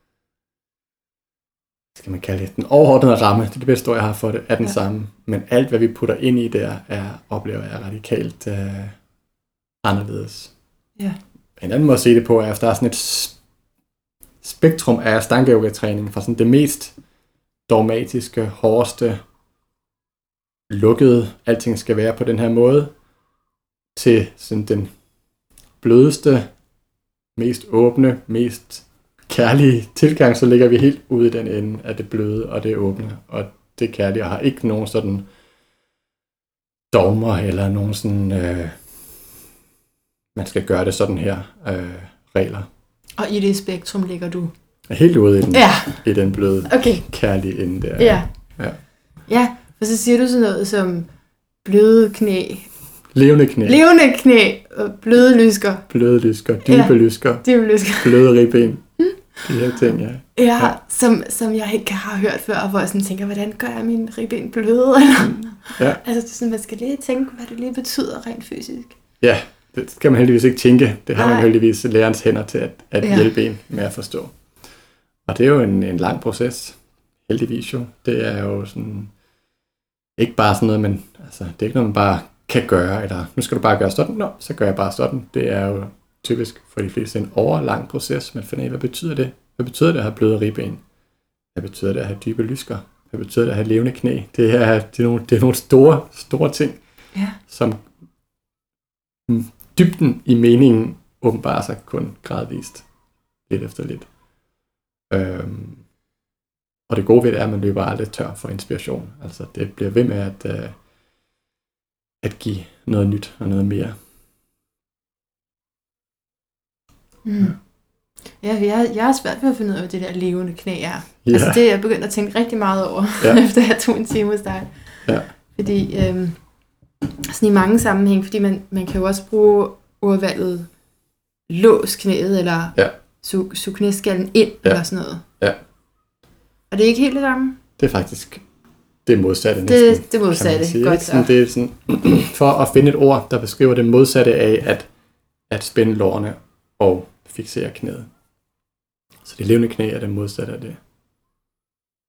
skal man kalde det, den overordnede ramme, det er det bedste ord, jeg har for det, er den samme. Men alt, hvad vi putter ind i der, oplever jeg radikalt anderledes. Ja. En anden måde at se det på, er, at der er sådan et spektrum af Ashtanga yoga træning, fra sådan det mest dogmatiske, hårdeste, lukkede, alting skal være på den her måde, til sådan den blødeste, mest åbne, mest kærlige tilgang, så ligger vi helt ude i den ende af det bløde og det åbne, og det kærlige, og har ikke nogen sådan dogmer, eller nogen sådan, man skal gøre det sådan her, regler. Og i det spektrum ligger du? Helt ude i den bløde, kærlige ende der. Ja, for så siger du sådan noget som bløde knæ. Levende knæ, og bløde lysker. Dybe lysker. Bløde ribben. De her ting, ja. Som jeg ikke har hørt før, hvor jeg sådan tænker, hvordan gør jeg mine ribben bløde? Ja. Altså, sådan, man skal lige tænke, hvad det lige betyder rent fysisk. Ja, det skal man heldigvis ikke tænke. Det har man heldigvis lærerens hænder til at hjælpe en med at forstå. Og det er jo en lang proces, heldigvis jo. Det er jo sådan, ikke bare sådan noget, men altså, det er ikke noget, man bare kan gøre, eller nu skal du bare gøre sådan, så gør jeg bare sådan. Det er jo typisk for de fleste en overlang proces, man finder af, hvad betyder det? Hvad betyder det at have bløde ribben? Hvad betyder det at have dybe lysker? Hvad betyder det at have levende knæ? Det er nogle store ting, som dybden i meningen åbenbarer sig kun gradvist, lidt efter lidt. Og det gode ved det er, at man løber aldrig tør for inspiration. Altså det bliver ved med at give noget nyt og noget mere. Ja, jeg har svært ved at finde ud af, hvad det der levende knæ er. Ja. Altså det er jeg begyndt at tænke rigtig meget over, efter jeg tog en time hos dig. Ja. Fordi sådan i mange sammenhæng, fordi man kan jo også bruge ordvalget lås knæet, eller sug knæskallen ind, eller sådan noget. Ja. Og det er ikke helt det samme? Det er faktisk det modsatte næsten. Det modsatte, godt så. Det er sådan, for at finde et ord, der beskriver det modsatte af at spænde lårene og fiksere knæet. Så det levende knæ er det modsatte af det.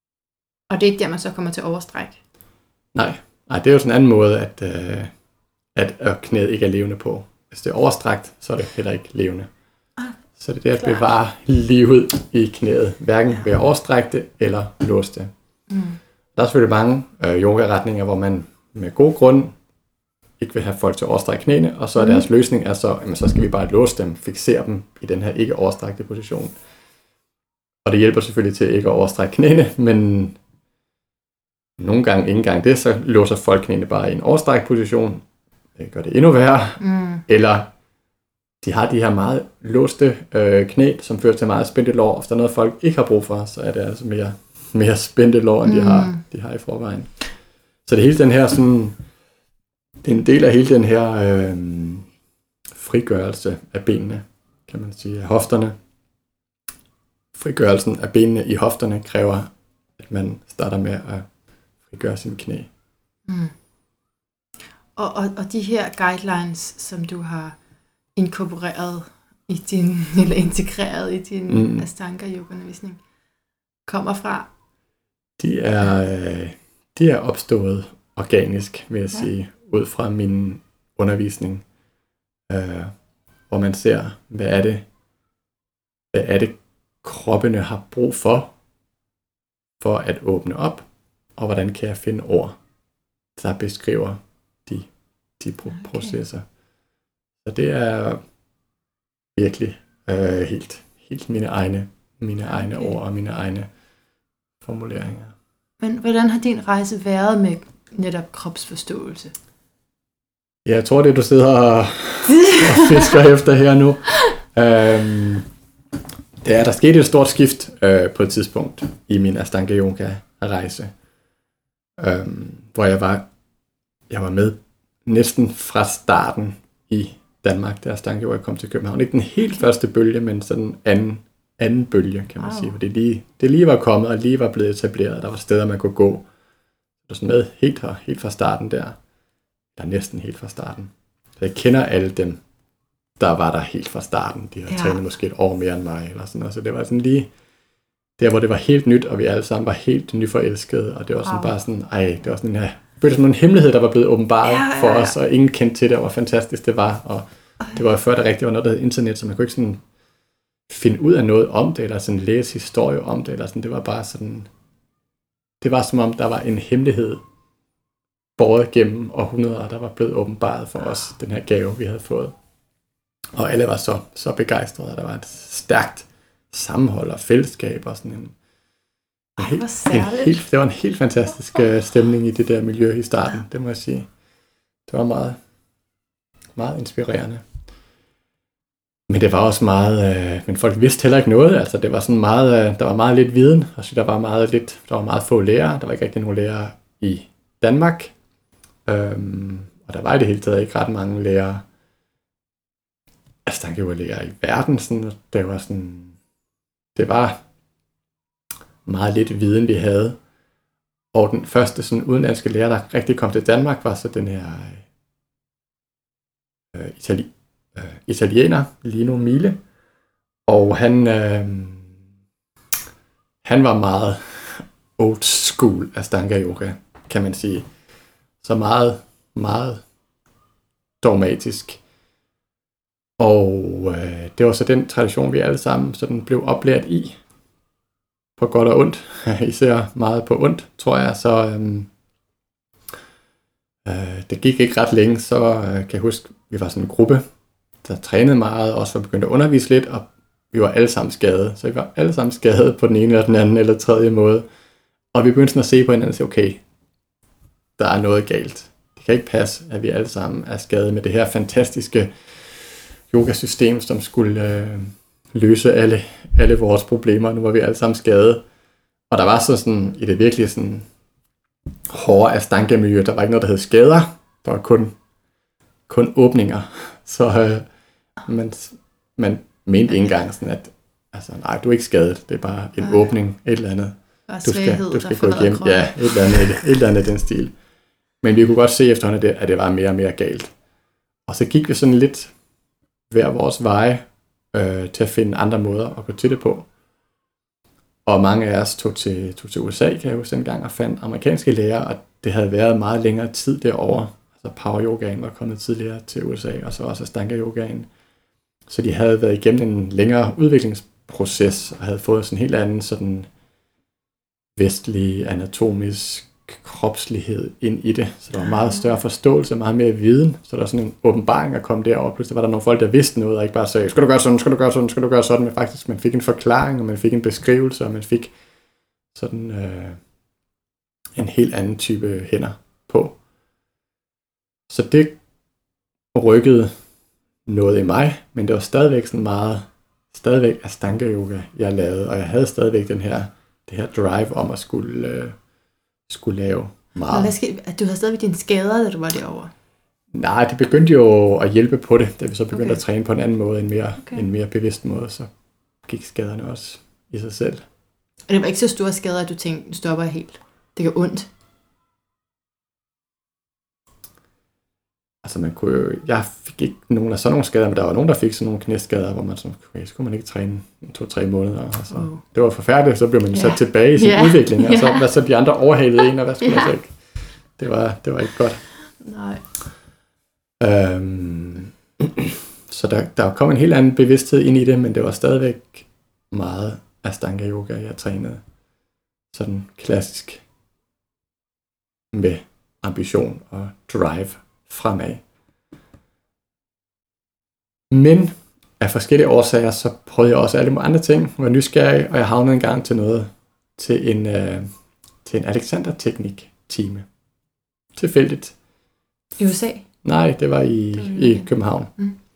Og det er ikke der, man så kommer til overstræk? Nej, det er jo sådan en anden måde at knæet ikke er levende på. Hvis det er overstrakt, så er det heller ikke levende. Så det er det at bevare livet i knæet, hverken ved at overstrække det eller låse det. Der er selvfølgelig mange yoga-retninger, hvor man med god grund ikke vil have folk til at overstrække knæene, og så er deres løsning er så, jamen, så skal vi bare låse dem, fixere dem i den her ikke overstrakte position. Og det hjælper selvfølgelig til ikke at overstrække knæene, men nogle gange, ikke engang det, så låser folk knæene bare i en overstrækt position. Det gør det endnu værre. Eller de har de her meget låste knæ, som fører til meget spændte lår. Hvis der er noget, folk ikke har brug for, så er det altså mere spændte lår, end de har i forvejen. Så det hele den her sådan, det er en del af hele den her frigørelse af benene, kan man sige, af hofterne. Frigørelsen af benene i hofterne kræver, at man starter med at frigøre sine knæ. Og de her guidelines, som du har inkorporeret i din, eller integreret i din Ashtanga yoga-undervisning, kommer fra? De er opstået organisk, vil jeg sige, ud fra min undervisning, hvor man ser, hvad er det kroppene har brug for at åbne op, og hvordan kan jeg finde ord, der beskriver de processer. Så det er virkelig helt mine egne ord og mine egne formuleringer. Men hvordan har din rejse været med netop kropsforståelse? Jeg tror det, du sidder og fisker efter her nu. Der skete et stort skift på et tidspunkt i min Ashtanga yoga rejse, hvor jeg var med næsten fra starten i Danmark, da Ashtanga yoga kom til København. Ikke den helt første bølge, men sådan anden bølge, kan man sige. For det lige var kommet, og lige var blevet etableret. Der var steder, man kunne gå. Det var sådan med helt fra starten der. Eller næsten helt fra starten. Så jeg kender alle dem, der var der helt fra starten. De har trænet måske et år mere end mig, eller sådan noget. Så det var sådan lige der, hvor det var helt nyt, og vi alle sammen var helt nyforelskede. Og det var sådan bare sådan, det var sådan en hemmelighed, der var blevet åbenbaret for os, og ingen kendte til det, og hvor fantastisk det var. Og det var jo før, der rigtig var noget, der hed internet, så man kunne ikke sådan finde ud af noget om det, eller sådan læse historie om det, eller sådan. Det var bare sådan, det var som om, der var en hemmelighed båret gennem århundreder, der var blevet åbenbaret for os, den her gave, vi havde fået. Og alle var så begejstrede, og der var et stærkt sammenhold og fællesskab, og sådan det var en helt fantastisk stemning i det der miljø i starten, det må jeg sige. Det var meget, meget inspirerende. Men det var også meget, men folk vidste heller ikke noget, altså det var sådan meget, der var meget lidt viden, altså der var meget få lærere, der var ikke rigtig nogen lærere i Danmark, og der var i det hele taget ikke ret mange lærere, Ashtanga yoga-lærere i verden, sådan, det var meget lidt viden, vi havde, og den første sådan udenlandske lærer, der rigtig kom til Danmark, var så den her italiener, Lino Mile, og han var meget old school Ashtanga yoga, kan man sige. Så meget, meget dogmatisk. Og det var så den tradition, vi alle sammen sådan blev oplært i, på godt og ondt, især meget på ondt, tror jeg. Så det gik ikke ret længe, så kan jeg huske, vi var sådan en gruppe, der trænede meget, og også var begyndt at undervise lidt, og vi var alle sammen skadede. Så vi var alle sammen skadede på den ene eller den anden eller tredje måde. Og vi begyndte sådan at se på hinanden og sige, okay, der er noget galt. Det kan ikke passe, at vi alle sammen er skadede med det her fantastiske yogasystem, som skulle løse alle vores problemer. Nu var vi alle sammen skadede. Og der var så sådan, i det virkelig sådan hårde Ashtanga-miljø, der var ikke noget, der hed skader. Der var kun åbninger. Så man mente ikke engang sådan, at altså, nej, du er ikke skadet. Det er bare en åbning, et eller andet. Du skal gå igennem. Ja, et eller andet den stil. Men vi kunne godt se efterhånden, at det var mere og mere galt. Og så gik vi sådan lidt hver vores veje til at finde andre måder at gå til det på. Og mange af os tog til USA, kan jeg huske dengang, og fandt amerikanske lærere, og det havde været meget længere tid derovre. Så power yogaen var kommet tidligere til USA, og så også Ashtanga yogaen. Så de havde været igennem en længere udviklingsproces, og havde fået sådan en helt anden sådan vestlig, anatomisk kropslighed ind i det. Så der var meget større forståelse, meget mere viden. Så der var sådan en åbenbaring at komme derover. Pludselig var der nogle folk, der vidste noget, og ikke bare sagde, skal du gøre sådan, skal du gøre sådan, skal du gøre sådan. Men faktisk, man fik en forklaring, og man fik en beskrivelse, og man fik sådan en helt anden type hænder på. Så det rykkede noget i mig, men det var stadigvæk sådan meget, stadigvæk Ashtanga yoga, jeg lavede, og jeg havde stadigvæk det her drive om at skulle lave meget. Du havde stadigvæk dine skader, da du var derovre? Nej, det begyndte jo at hjælpe på det, da vi så begyndte at træne på en anden måde, en mere bevidst måde, så gik skaderne også i sig selv. Og det var ikke så store skader, at du tænkte, nu stopper jeg helt? Det gør ondt? Altså jeg fik ikke nogen af sådan nogle skader, men der var nogen, der fik sådan nogle knæskader, hvor man så skulle man ikke træne 2-3 måneder. Altså, det var forfærdeligt, så blev man sat tilbage i sin udvikling, og så hvad så de andre overhalede en, og hvad skulle man så ikke? Det var ikke godt. Nej. Så der kom en helt anden bevidsthed ind i det, men det var stadigvæk meget Ashtanga yoga, jeg trænede. Sådan klassisk med ambition og drive fremad. Men af forskellige årsager, så prøvede jeg også alle mulige andre ting, var nysgerrig, og jeg havnede engang til en Alexander-teknik-time. Tilfældigt. I USA? Nej, det var i København.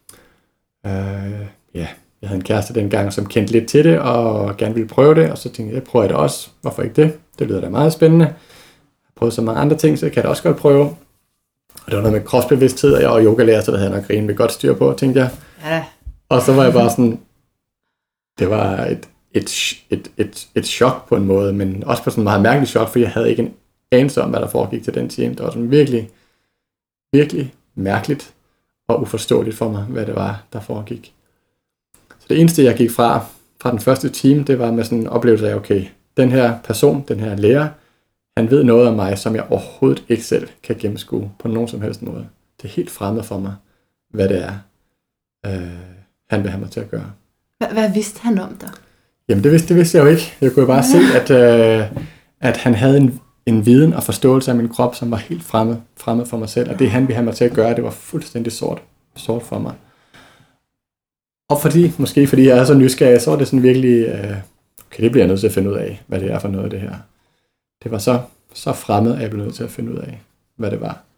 Jeg havde en kæreste dengang, som kendte lidt til det, og gerne ville prøve det, og så tænkte jeg prøver det også. Hvorfor ikke det? Det lyder da meget spændende. Jeg har prøvet så mange andre ting, så jeg kan det også godt prøve. Og det var noget med kropsbevidsthed, og jeg var yogalærer, så det havde jeg nok rimelig godt styr på, tænkte jeg. Ja. Og så var jeg bare sådan, det var et chok på en måde, men også på sådan en meget mærkelig chok, for jeg havde ikke en anelse om, hvad der foregik til den time. Det var sådan virkelig, virkelig mærkeligt og uforståeligt for mig, hvad det var, der foregik. Så det eneste, jeg gik fra den første time, det var med sådan en oplevelse af, okay, den her person, den her lærer, han ved noget om mig, som jeg overhovedet ikke selv kan gennemskue på nogen som helst måde. Det er helt fremmed for mig, hvad det er, han vil have mig til at gøre. Hvad vidste han om dig? Jamen det vidste jeg jo ikke. Jeg kunne jo bare se, at han havde en viden og forståelse af min krop, som var helt fremmed for mig selv. Og det han ville have mig til at gøre, det var fuldstændig sort for mig. Og måske fordi jeg er så nysgerrig, så var det sådan virkelig, okay, det bliver jeg nødt til at finde ud af, hvad det er for noget af det her. Det var så fremmed, at jeg blev nødt til at finde ud af, hvad det var.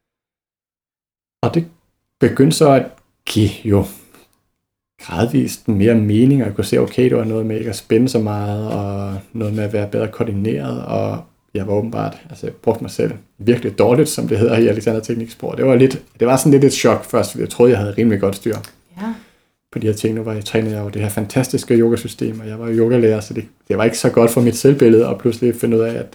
Og det begyndte så at give jo gradvist mere mening, og jeg kunne se, okay, det var noget med ikke at spænde så meget, og noget med at være bedre koordineret, og jeg var åbenbart, altså jeg brugte mig selv virkelig dårligt, som det hedder i Alexander Teknikspor. Det var sådan lidt et chok først, fordi jeg troede, jeg havde rimelig godt styr på de her ting. Nu trænede jeg jo det her fantastiske yogasystem, og jeg var jo yogalærer, så det var ikke så godt for mit selvbillede, og pludselig finde ud af,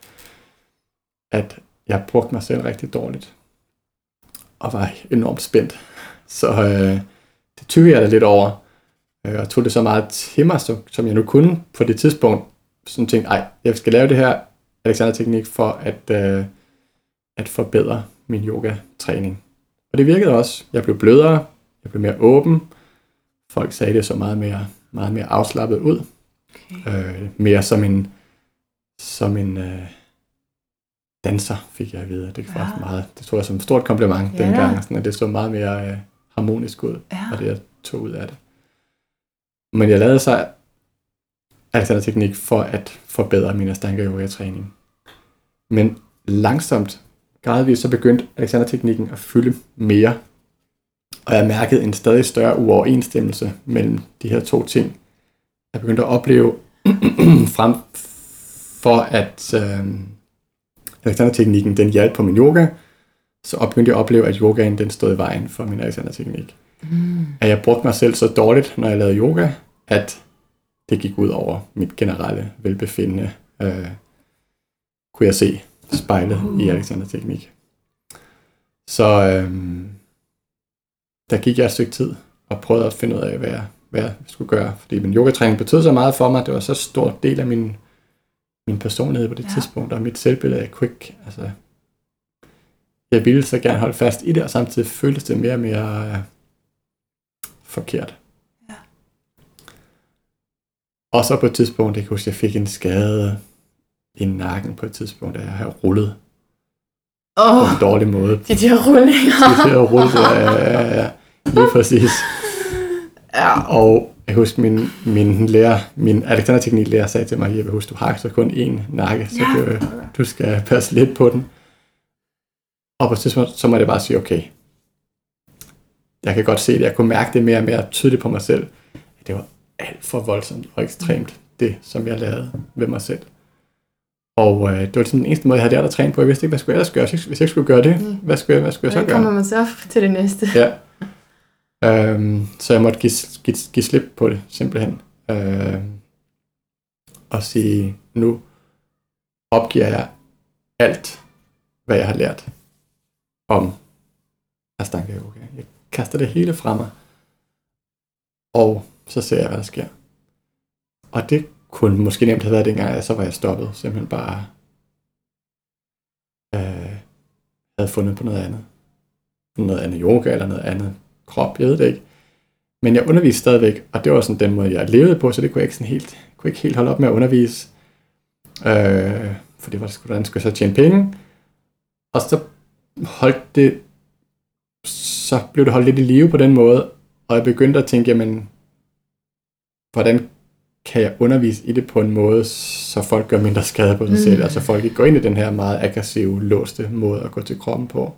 at jeg brugte mig selv rigtig dårligt, og var enormt spændt. Så det tykkede jeg da lidt over, og tog det så meget til mig, som jeg nu kunne på det tidspunkt, sådan tænkte, jeg skal lave det her Alexander-teknik for at forbedre min yogatræning. Og det virkede også. Jeg blev blødere, jeg blev mere åben. Folk sagde det så meget mere afslappet ud. Okay. Mere som en danser, fik jeg at vide. Det tror jeg som et stort kompliment dengang, sådan, at det så meget mere harmonisk ud, og det jeg tog ud af det. Men jeg lavede så Alexander-teknik for at forbedre min Ashtanga yoga-træning. Men langsomt, gradvist, så begyndte Alexander-teknikken at fylde mere. Og jeg mærkede en stadig større uoverensstemmelse mellem de her to ting. Jeg begyndte at opleve, frem for at Alexander-teknikken den hjalp på min yoga, så begyndte jeg at opleve, at yogaen den stod i vejen for min Alexander-teknik. At jeg brugte mig selv så dårligt, når jeg lavede yoga, at det gik ud over mit generelle velbefindende, kunne jeg se spejlet i Alexander-teknik. Så der gik jeg et stykke tid og prøvede at finde ud af, hvad jeg skulle gøre. Fordi min yogatræning betød så meget for mig. Det var så stor del af min personlighed på det tidspunkt, og mit selvbillede. Jeg kunne ikke, jeg ville så gerne holde fast i det, og samtidig føltes det mere og mere forkert. Ja. Og så på et tidspunkt, jeg kan huske, jeg fik en skade i nakken på et tidspunkt, da jeg havde rullet på en dårlig måde. De der rullinger. De der rullinger, ja, lige præcis. Ja. Og jeg husker, min Alexander-tekniklærer sagde til mig, Jeppe, husk, du har så kun én nakke, så du skal passe lidt på den. Og på et tidspunkt, så må jeg bare sige, okay, jeg kan godt se det, jeg kunne mærke det mere og mere tydeligt på mig selv. Det var alt for voldsomt og ekstremt, det som jeg lavede ved mig selv. Og det var den eneste måde, jeg havde lært at træne på. Jeg vidste ikke, hvad skulle jeg ellers gøre, hvis jeg ikke skulle gøre det. Hvad skulle jeg så gøre? Hvordan kommer man så til det næste? Ja. Så jeg måtte give slip på det, simpelthen. Og sige, nu opgiver jeg alt, hvad jeg har lært om Ashtanga Yoga. Jeg kaster det hele fra mig, og så ser jeg, hvad der sker. Og det kunne måske nemt have været dengang, at så var jeg stoppet. Simpelthen bare havde fundet på noget andet. Noget andet yoga, eller noget andet krop, jeg ved det ikke. Men jeg underviste stadigvæk, og det var sådan den måde, jeg levede på, så det kunne jeg ikke helt holde op med at undervise. For det var, hvordan skulle jeg så tjene penge? Og så blev det holdt lidt i live på den måde, og jeg begyndte at tænke, jamen, hvordan kan jeg undervise i det på en måde, så folk gør mindre skade på sig selv, altså folk ikke går ind i den her meget aggressive, låste måde at gå til kroppen på.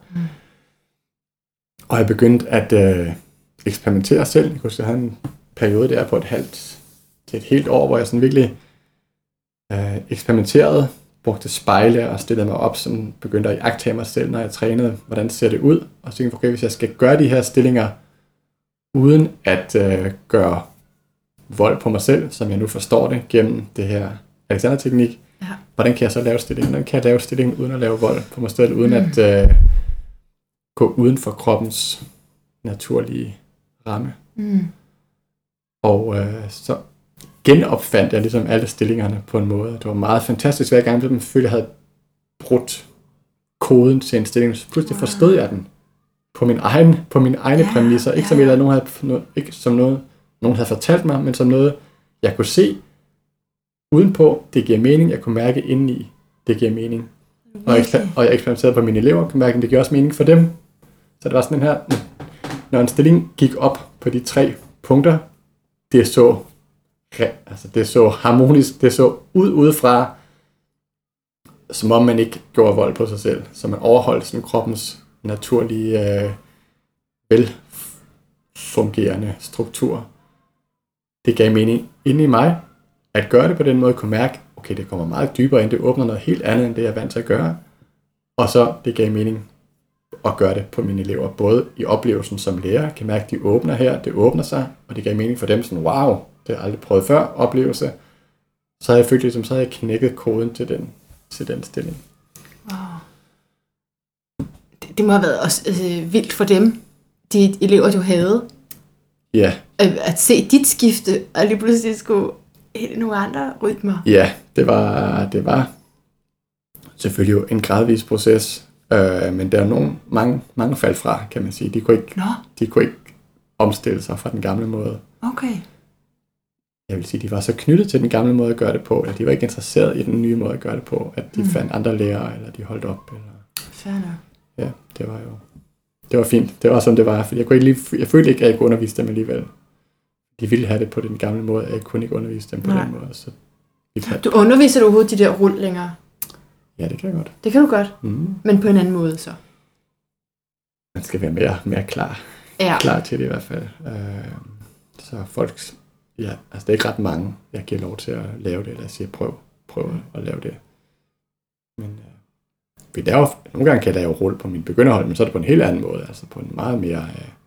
Og jeg begyndte at eksperimentere selv. Jeg kunne huske, jeg havde en periode der på et helt år, hvor jeg sådan virkelig eksperimenterede, brugte spejle og stillede mig op, som begyndte at iagttage mig selv, når jeg trænede, hvordan ser det ud, og så tænkte jeg, okay, hvis jeg skal gøre de her stillinger, uden at gøre vold på mig selv, som jeg nu forstår det, gennem det her Alexander-teknik, hvordan kan jeg så lave stillingen? Hvordan kan jeg lave stillingen uden at lave vold på mig selv, uden at gå uden for kroppens naturlige ramme? Og så genopfandt jeg ligesom alle stillingerne på en måde. Det var meget fantastisk. Hver gang jeg følte, jeg havde brudt koden til en stilling, så pludselig forstod jeg den på mine egne præmisser. Ikke som nogen havde fortalt mig, men som noget, jeg kunne se udenpå, det giver mening. Jeg kunne mærke indeni, det giver mening. Og jeg eksperimenterede på mine elever, kunne mærke, at det giver også mening for dem. Så det var sådan her, når en stilling gik op på de 3 punkter, det så harmonisk, det så udefra, som om man ikke gjorde vold på sig selv, så man overholdt sådan kroppens naturlige, velfungerende struktur. Det gav mening inde i mig, at gøre det på den måde, kunne mærke, okay, det kommer meget dybere ind, det åbner noget helt andet, end det jeg er vant til at gøre. Og så det gav mening at gøre det på mine elever, både i oplevelsen som lærer, kan mærke, de åbner her, det åbner sig, og det gav mening for dem sådan, wow, det har jeg aldrig prøvet før, oplevelse. Så havde jeg følt ligesom, så havde jeg knækket koden til den stilling. Wow. Det må have været også vildt for dem, de elever, du havde. Ja. At se dit skifte, og lige pludselig skulle helt nogle andre rytmer. Ja, det var selvfølgelig jo en gradvis proces, men der er mange faldt fra, kan man sige. De kunne ikke omstille sig fra den gamle måde. Okay. Jeg vil sige, de var så knyttet til den gamle måde at gøre det på, at de var ikke interesseret i den nye måde at gøre det på, at de fandt andre lærere, eller de holdt op. Eller... Fair nok. Ja, det var fint. Det var sådan, det var. For jeg følte ikke, at jeg kunne undervise dem alligevel. De ville have det på den gamle måde, at jeg kunne ikke undervise dem på den måde. Så du underviser du overhovedet de der rullinger? Ja, det kan jeg godt. Det kan du godt, men på en anden måde så? Man skal være mere klar til det i hvert fald. Så folk... Ja, altså det er ikke ret mange, jeg giver lov til at lave det, eller jeg siger, prøv at lave det. Men nogle gange kan jeg lave rulle på min begynderhold, men så er det på en helt anden måde, altså på en meget mere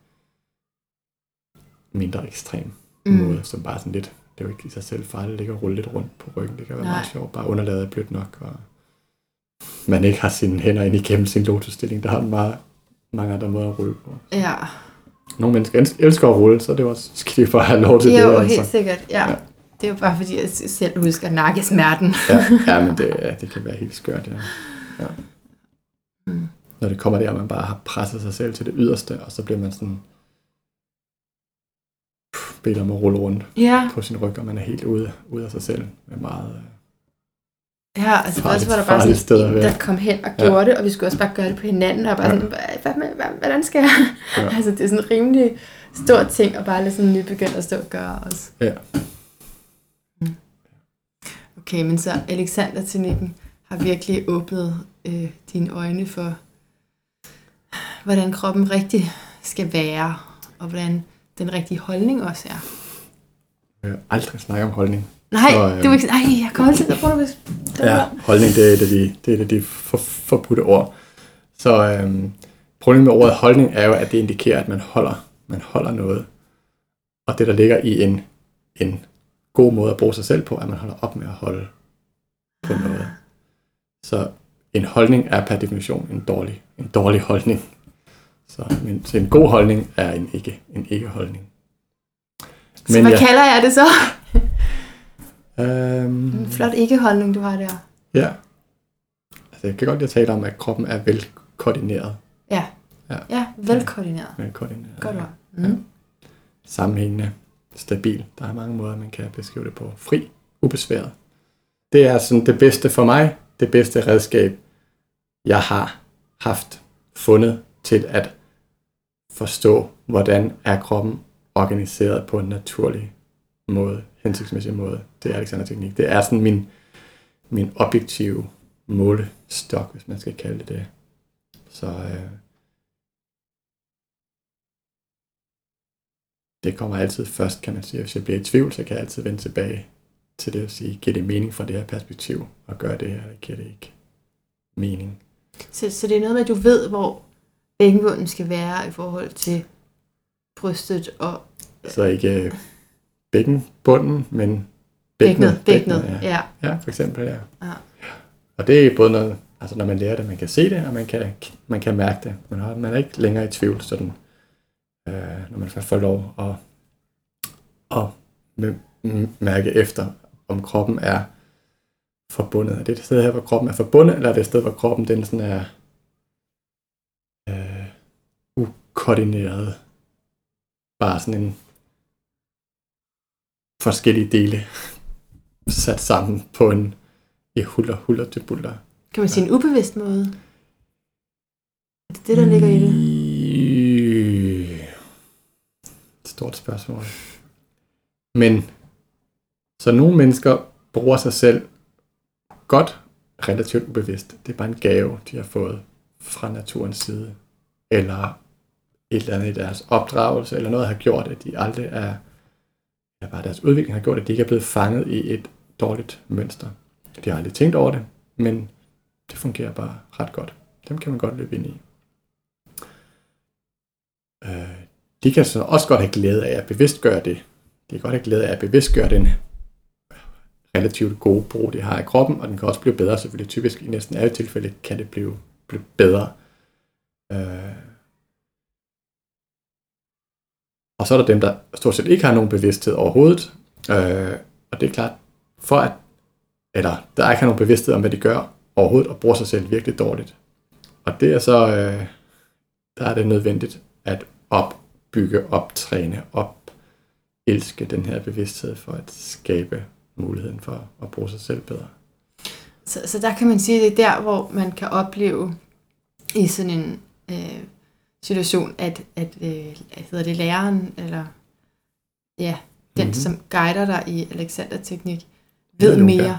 mindre ekstrem måde, som bare sådan lidt, det er jo ikke i sig selv farligt, det kan rulle lidt rundt på ryggen, det kan være meget sjovt, bare underlaget blødt nok, og man ikke har sine hænder ind igennem sin lotusstilling, der har mange andre måder at rulle på. Ja. Nogle mennesker elsker at rulle, så det var skal de bare have lov til det. Det er jo helt sikkert, ja. Det er jo bare fordi, jeg selv husker nakkesmerten. Ja, men det kan være helt skørt, ja. når det kommer der, og man bare har presset sig selv til det yderste, og så bliver man sådan bedt om at rulle rundt på sin ryg, og man er helt ude af sig selv med meget ja, altså først var der bare sådan en, der kom hen og gjorde det, og vi skulle også bare gøre det på hinanden, og bare sådan, hvordan skal jeg? Ja. Altså det er sådan en rimelig stor ting, og bare lidt sådan nybegyndt at stå og gøre også. Ja. Okay, men så Alexander-teknikken har virkelig åbnet dine øjne for, hvordan kroppen rigtig skal være, og hvordan den rigtige holdning også er. Jeg vil aldrig snakke om holdning. Nej, det var ikke sådan, jeg kommer altid til at bruge det. Ja, holdning, det er et af de forbudte ord. Så problemet med ordet holdning er jo, at det indikerer, at man holder noget. Og det, der ligger i en god måde at bruge sig selv på, at man holder op med at holde på noget. Så en holdning er per definition en dårlig holdning. Så en god holdning er en ikke-holdning. Så hvad kalder jeg det så? En flot ikke-holdning, du har der. Ja. Altså, jeg kan godt lide at tale om, at kroppen er velkoordineret. Ja, velkoordineret. Velkoordineret. Godt ord. Ja. Sammenhængende, stabil. Der er mange måder, man kan beskrive det på. Fri, ubesværet. Det er sådan det bedste for mig, det bedste redskab, jeg har fundet til at forstå, hvordan er kroppen organiseret på en naturlig måde, hensigtsmæssig måde. Det er Alexander-teknik. Det er sådan min objektive målestok, hvis man skal kalde det. Så det kommer altid først, kan man sige. Hvis jeg bliver i tvivl, så kan jeg altid vende tilbage til det at sige, giver det mening fra det her perspektiv, og gør det her, eller giver det ikke mening. Så det er noget med, at du ved, hvor bækkenbunden skal være i forhold til brystet og... Så ikke bækkenbunden, men bækkenet, ja. Ja, for eksempel, ja. Og det er både noget, altså når man lærer det, man kan se det, og man kan mærke det. Man er ikke længere i tvivl, sådan, når man får lov at mærke efter, om kroppen er forbundet. Er det et sted her, hvor kroppen er forbundet, eller er det et sted, hvor kroppen den sådan er ukoordineret? Bare sådan en forskellige dele sat sammen på en huller til buller. Kan man sige en ubevidst måde? Er det det, der ligger i det? Et stort spørgsmål. Men så nogle mennesker bruger sig selv godt, relativt ubevidst. Det er bare en gave, de har fået fra naturens side. Eller et eller andet i deres opdragelse, eller noget har gjort, at de aldrig er, ja, bare deres udvikling har gjort, at de ikke er blevet fanget i et dårligt mønster. De har aldrig tænkt over det, men det fungerer bare ret godt. Dem kan man godt løbe ind i. De kan så også godt have glæde af at bevidstgøre det. De kan godt have glæde af at bevidstgøre den relativt gode brug, de har i kroppen, og den kan også blive bedre, selvfølgelig typisk i næsten alle tilfælde kan det blive bedre. Og så er der dem, der stort set ikke har nogen bevidsthed overhovedet, og det er klart, der ikke har nogen bevidsthed om, hvad de gør overhovedet, og bruger sig selv virkelig dårligt. Og det er så, der er det nødvendigt at opbygge, optræne, elske den her bevidsthed for at skabe muligheden for at bruge sig selv bedre. Så der kan man sige, at det er der, hvor man kan opleve i sådan en situation, at hedder det læreren, eller ja, den som guider dig i Alexander-teknik, ved mere.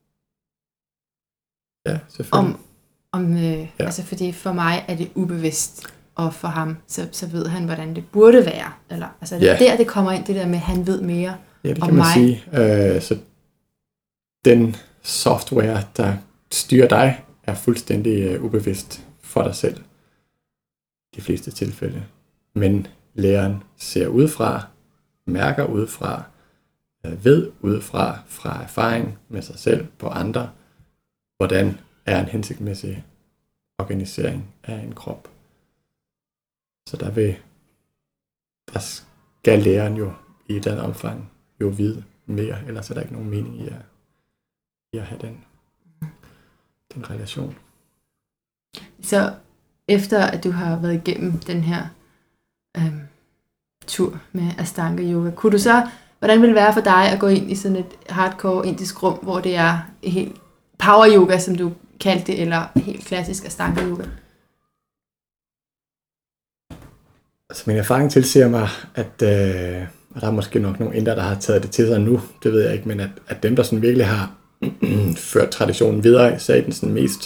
Ja, selvfølgelig. Altså fordi for mig er det ubevidst, og for ham, så ved han, hvordan det burde være. Eller, altså det er der, det kommer ind, det der med, at han ved mere ja, det kan om man mig. Sige. Så den software, der styrer dig, er fuldstændig ubevidst for dig selv. De fleste tilfælde. Men læreren ser udefra, mærker udefra, ved udefra, fra erfaring med sig selv på andre, hvordan er en hensigtsmæssig organisering af en krop. Så der skal læreren jo i den omfang jo vide mere, ellers er der ikke nogen mening i at have den relation. Så efter at du har været igennem den her tur med Ashtanga yoga, hvordan vil det være for dig at gå ind i sådan et hardcore indisk rum, hvor det er helt power yoga, som du kaldte det, eller helt klassisk Ashtanga yoga? Altså min erfaring tilsiger mig, at og der er måske nok nogle indere, der har taget det til sig nu, det ved jeg ikke, men at dem, der sådan virkelig har ført traditionen videre, så er den sådan mest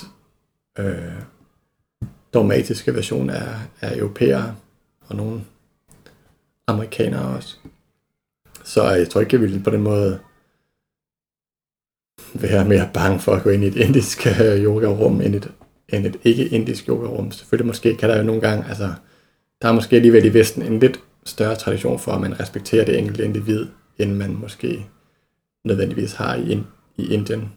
dogmatiske version af europæere og nogle amerikanere også. Så jeg tror ikke, jeg ville på den måde være mere bange for at gå ind i et indisk yogarum end et ikke-indisk yogarum. Selvfølgelig måske kan der jo nogle gange, altså der er måske alligevel i Vesten en lidt større tradition for, at man respekterer det enkelte individ, end man måske nødvendigvis har i Indien.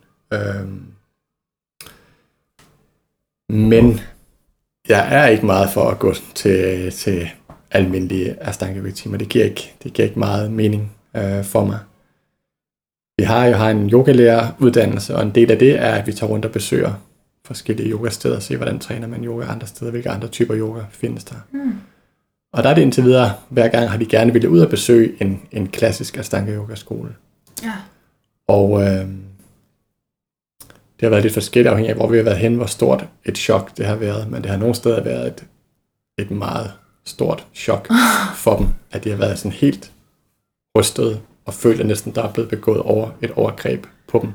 Men jeg er ikke meget for at gå til almindelige Ashtanga-timer. Det giver ikke meget mening for mig. Jeg har en yogalæreruddannelse, og en del af det er, at vi tager rundt og besøger forskellige yogasteder og se, hvordan træner man yoga andre steder, hvilke andre typer yoga findes der. Og der er det indtil videre, hver gang har de gerne ville ud og besøge en klassisk Ashtanga-yogaskole. Ja. Og det har været lidt forskelligt afhængig af, hvor vi har været hen, hvor stort et chok det har været, men det har nogle steder været et meget stort chok for dem, at de har været sådan helt rystet og følt, at næsten der er blevet begået et overgreb på dem.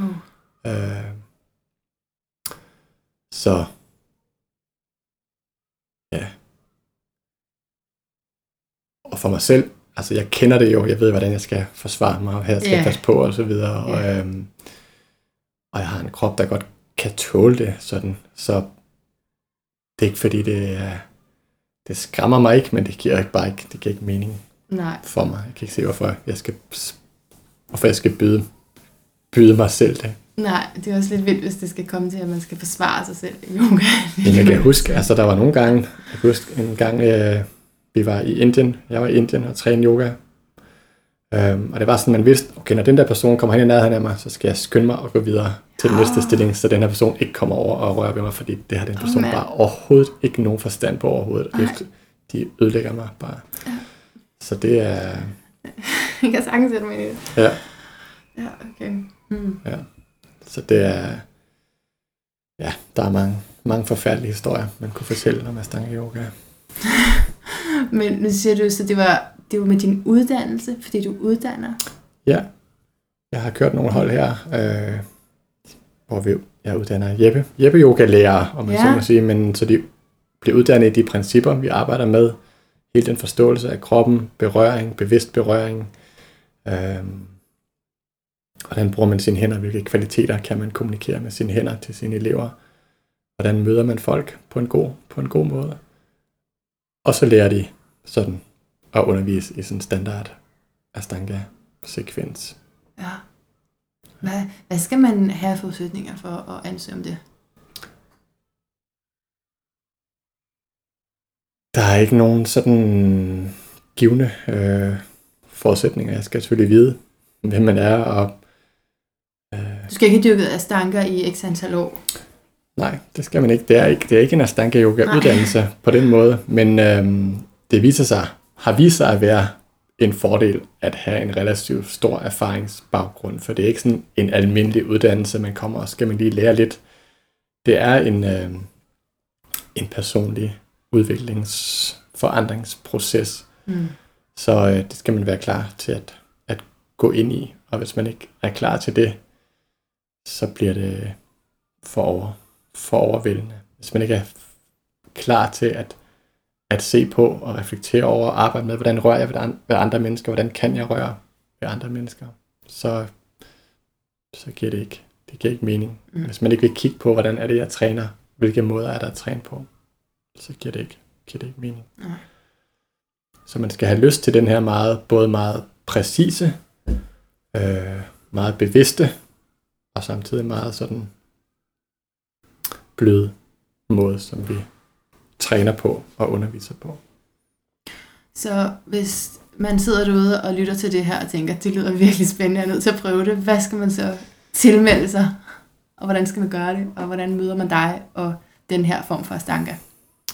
Så ja. Og for mig selv, altså jeg kender det jo, jeg ved, hvordan jeg skal forsvare mig, og her skal jeg passe på, og så videre, og jeg har en krop, der godt kan tåle det sådan, så det er ikke fordi, det skræmmer mig ikke, men det giver ikke mening for mig. Jeg kan ikke se, hvorfor jeg skal byde mig selv det. Nej, det er også lidt vildt, hvis det skal komme til, at man skal forsvare sig selv i yoga. Men jeg kan huske, altså der var nogle gange, en gang vi var i Indien, jeg var i Indien og trænede yoga, og det var sådan, man vidste, okay, når den der person kommer hen i nærheden af mig, så skal jeg skynde mig og gå videre til den næste stilling, så den her person ikke kommer over og rører ved mig, fordi det har den person bare overhovedet ikke nogen forstand på overhovedet. De ødelægger mig bare. Ja. Så det er... Jeg kan sagtens sætte mig i det. Ja. Ja, okay. Ja. Så det er... Ja, der er mange forfærdelige historier, man kunne fortælle om Ashtanga yoga. Men nu siger du, så det var med din uddannelse, fordi du uddanner? Ja, jeg har kørt nogle hold her, hvor jeg uddanner Jeppe yoga-lærere, om man så må sige, men så de bliver uddannet i de principper, vi arbejder med, hele den forståelse af kroppen, berøring, bevidst berøring, hvordan bruger man sine hænder, hvilke kvaliteter kan man kommunikere med sine hænder til sine elever, hvordan møder man folk på en god måde. Og så lærer de sådan at undervise i sådan standard Ashtanga-sekvens. Ja. Hvad skal man have forudsætninger for at ansøge om det? Der er ikke nogen sådan givne forudsætninger. Jeg skal selvfølgelig vide, hvem man er. Og, du skal ikke have dyrket Ashtanga i x antal år? Nej, det skal man ikke. Det er ikke en Ashtanga-yoga-uddannelse på den måde, men det har vist sig at være en fordel at have en relativt stor erfaringsbaggrund, for det er ikke sådan en almindelig uddannelse, man kommer og skal man lige lære lidt. Det er en personlig udviklingsforandringsproces, så det skal man være klar til at gå ind i, og hvis man ikke er klar til det, så bliver det for overvældende. Hvis man ikke er klar til at se på og reflektere over og arbejde med, hvordan rører jeg ved andre mennesker, hvordan kan jeg røre ved andre mennesker, så giver det giver ikke mening. Hvis man ikke vil kigge på, hvordan er det, jeg træner, hvilke måder er der at træne på, så giver det ikke mening. Så man skal have lyst til den her både meget præcise, meget bevidste, og samtidig meget sådan bløde måde, som vi træner på og underviser på. Så hvis man sidder derude og lytter til det her og tænker, det lyder virkelig spændende, jeg er nødt til at prøve det, hvad skal man så tilmelde sig? Og hvordan skal man gøre det? Og hvordan møder man dig og den her form for Ashtanga?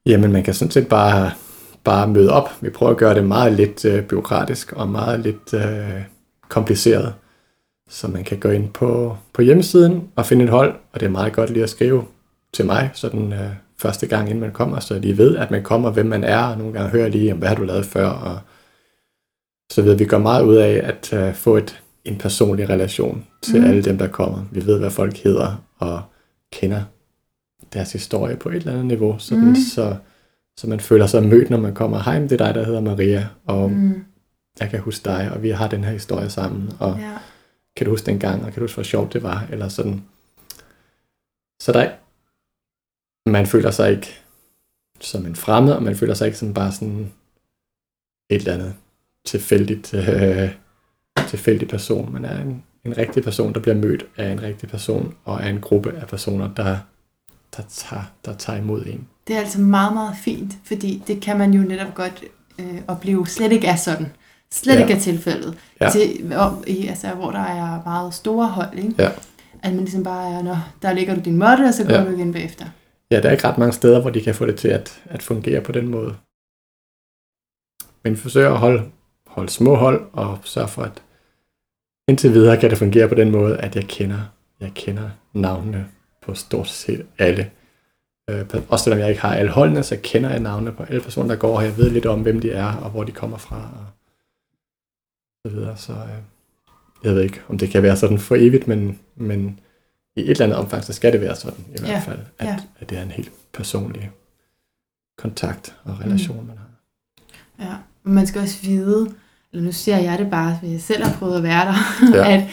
Jamen, man kan sådan set bare møde op. Vi prøver at gøre det meget lidt bureaukratisk og meget lidt kompliceret. Så man kan gå ind på hjemmesiden og finde et hold, og det er meget godt lige at skrive til mig, sådan første gang, inden man kommer, så de ved, at man kommer, hvem man er, og nogle gange hører lige om, hvad har du lavet før, og så videre. Vi går meget ud af at få en personlig relation til alle dem, der kommer. Vi ved, hvad folk hedder, og kender deres historie på et eller andet niveau, sådan, så man føler sig mødt, når man kommer. Hej, det er dig, der hedder Maria, og jeg kan huske dig, og vi har den her historie sammen, og kan du huske den gang, og kan du huske, hvor sjovt det var, eller sådan. Så man føler sig ikke som en fremmed, og man føler sig ikke som bare sådan et eller andet tilfældig person. Man er en rigtig person, der bliver mødt af en rigtig person, og af en gruppe af personer, der tager imod en. Det er altså meget, meget fint, fordi det kan man jo netop godt opleve slet ikke er sådan. Slet ikke er tilfældet. Ja. Hvor der er meget store hold, ikke? Ja. At man ligesom bare er, der ligger du din måtte, og så går du igen bagefter. Ja, der er ikke ret mange steder, hvor de kan få det til at fungere på den måde. Men vi forsøger at holde små hold, og sørge for, at indtil videre kan det fungere på den måde, at jeg kender navnene på stort set alle. Også selvom jeg ikke har alle holdene, så kender jeg navnene på alle personer, der går, og jeg ved lidt om, hvem de er, og hvor de kommer fra, og så videre. Så jeg ved ikke, om det kan være sådan for evigt, men i et eller andet omfang, så skal det være sådan i hvert fald, at det er en helt personlig kontakt og relation, man har. Ja, og man skal også vide, eller nu siger jeg det bare, fordi jeg selv har prøvet at være der,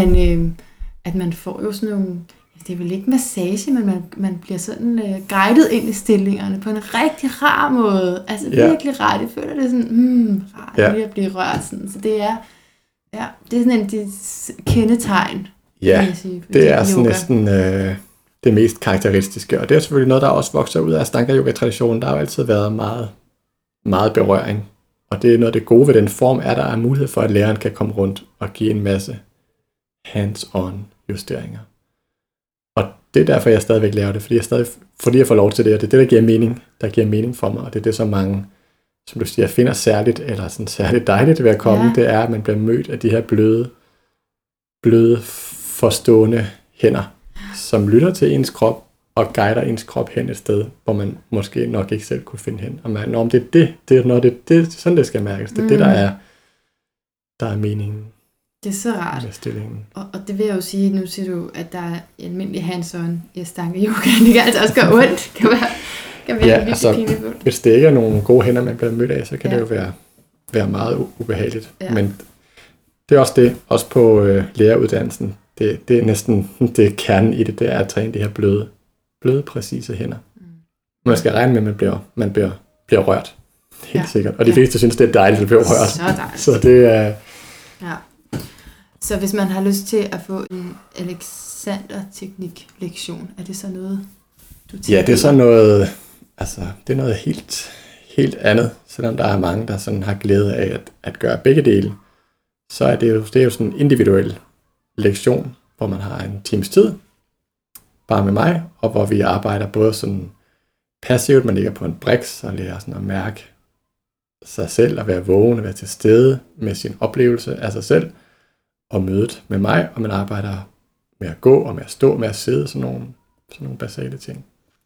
at man får jo sådan nogle, det er vel ikke massage, men man bliver sådan guidet ind i stillingerne på en rigtig rar måde. Altså virkelig rart. Jeg føler det sådan, rart lige at blive rørt sådan. Så det er sådan en kendetegn. Ja, det er sådan næsten det mest karakteristiske. Og det er selvfølgelig noget, der også vokser ud af Ashtanga yoga-traditionen. Der har jo altid været meget, meget berøring. Og det er noget af det gode ved den form, er der er mulighed for, at læreren kan komme rundt og give en masse hands-on justeringer. Og det er derfor, jeg stadigvæk laver det, fordi jeg får lov til det, og det er det, der giver mening for mig, og det er det, så mange, som du siger, finder særligt, eller sådan særligt dejligt ved at komme, det er, at man bliver mødt af de her bløde, forstående hænder, som lytter til ens krop, og guider ens krop hen et sted, hvor man måske nok ikke selv kunne finde hen. Og man, om det er sådan, det skal mærkes. Det er det, der er meningen. Det er så rart. Og det vil jeg jo sige, nu siger du, at der er almindelig hands-on i Ashtanga yoga. Det kan altså også gøre ondt. Kan være virkelig pinligt. Hvis det ikke er nogle gode hænder, man bliver mødt af, så kan det jo være meget ubehageligt. Ja. Men det er også det, også på læreruddannelsen. Det er næsten det kernen i det, det er at træne de her bløde, præcise hænder. Man skal regne med, at man bliver rørt. Helt sikkert. Og de fleste synes, det er dejligt at blive rørt. Så dejligt. Så det er... Ja. Så hvis man har lyst til at få en Alexander-teknik-lektion, er det så noget, du tænker? Ja, det er så noget, det er noget helt andet, selvom der er mange, der sådan har glæde af at gøre begge dele. Så er det er jo sådan en individuel lektion, hvor man har en times tid, bare med mig, og hvor vi arbejder både sådan passivt, man ligger på en briks og lærer sådan at mærke sig selv, og være vågen og være til stede med sin oplevelse af sig selv, og mødet med mig, og man arbejder med at gå, og med at stå, med at sidde, sådan nogle basale ting.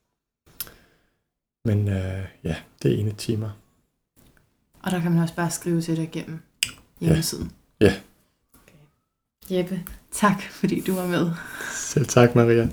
Men det er 1 timer. Og der kan man også bare skrive til dig gennem hjemmesiden. Ja. Okay. Jeppe, tak fordi du var med. Selv tak, Maria.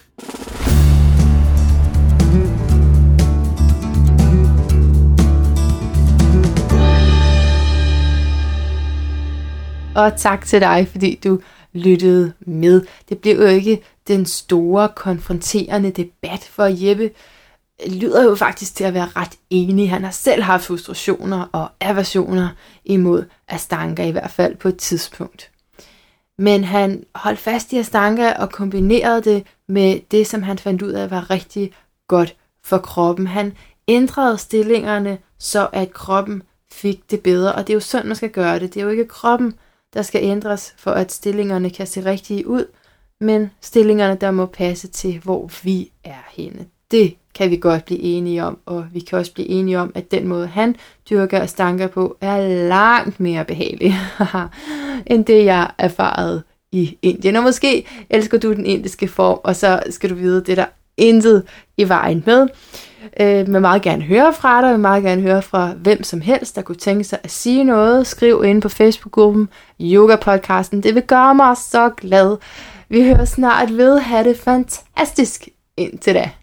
Og tak til dig, fordi du lyttede med. Det blev jo ikke den store konfronterende debat, for Jeppe lyder jo faktisk til at være ret enig. Han har selv haft frustrationer og aversioner imod Ashtanga, i hvert fald på et tidspunkt. Men han holdt fast i Ashtanga og kombinerede det med det, som han fandt ud af var rigtig godt for kroppen. Han ændrede stillingerne, så at kroppen fik det bedre, og det er jo sådan, man skal gøre det. Det er jo ikke kroppen, der skal ændres, for at stillingerne kan se rigtige ud, men stillingerne, der må passe til, hvor vi er henne. Det kan vi godt blive enige om, og vi kan også blive enige om, at den måde, han dyrker Ashtanga på, er langt mere behagelig, end det, jeg erfarede i Indien. Og måske elsker du den indiske form, og så skal du vide, det er der intet i vejen med. Jeg vil meget gerne høre fra dig, jeg vil meget gerne høre fra hvem som helst, der kunne tænke sig at sige noget. Skriv ind på Facebook-gruppen Yoga Podcasten. Det vil gøre mig så glad. Vi hører snart ved. Ha' det fantastisk indtil da.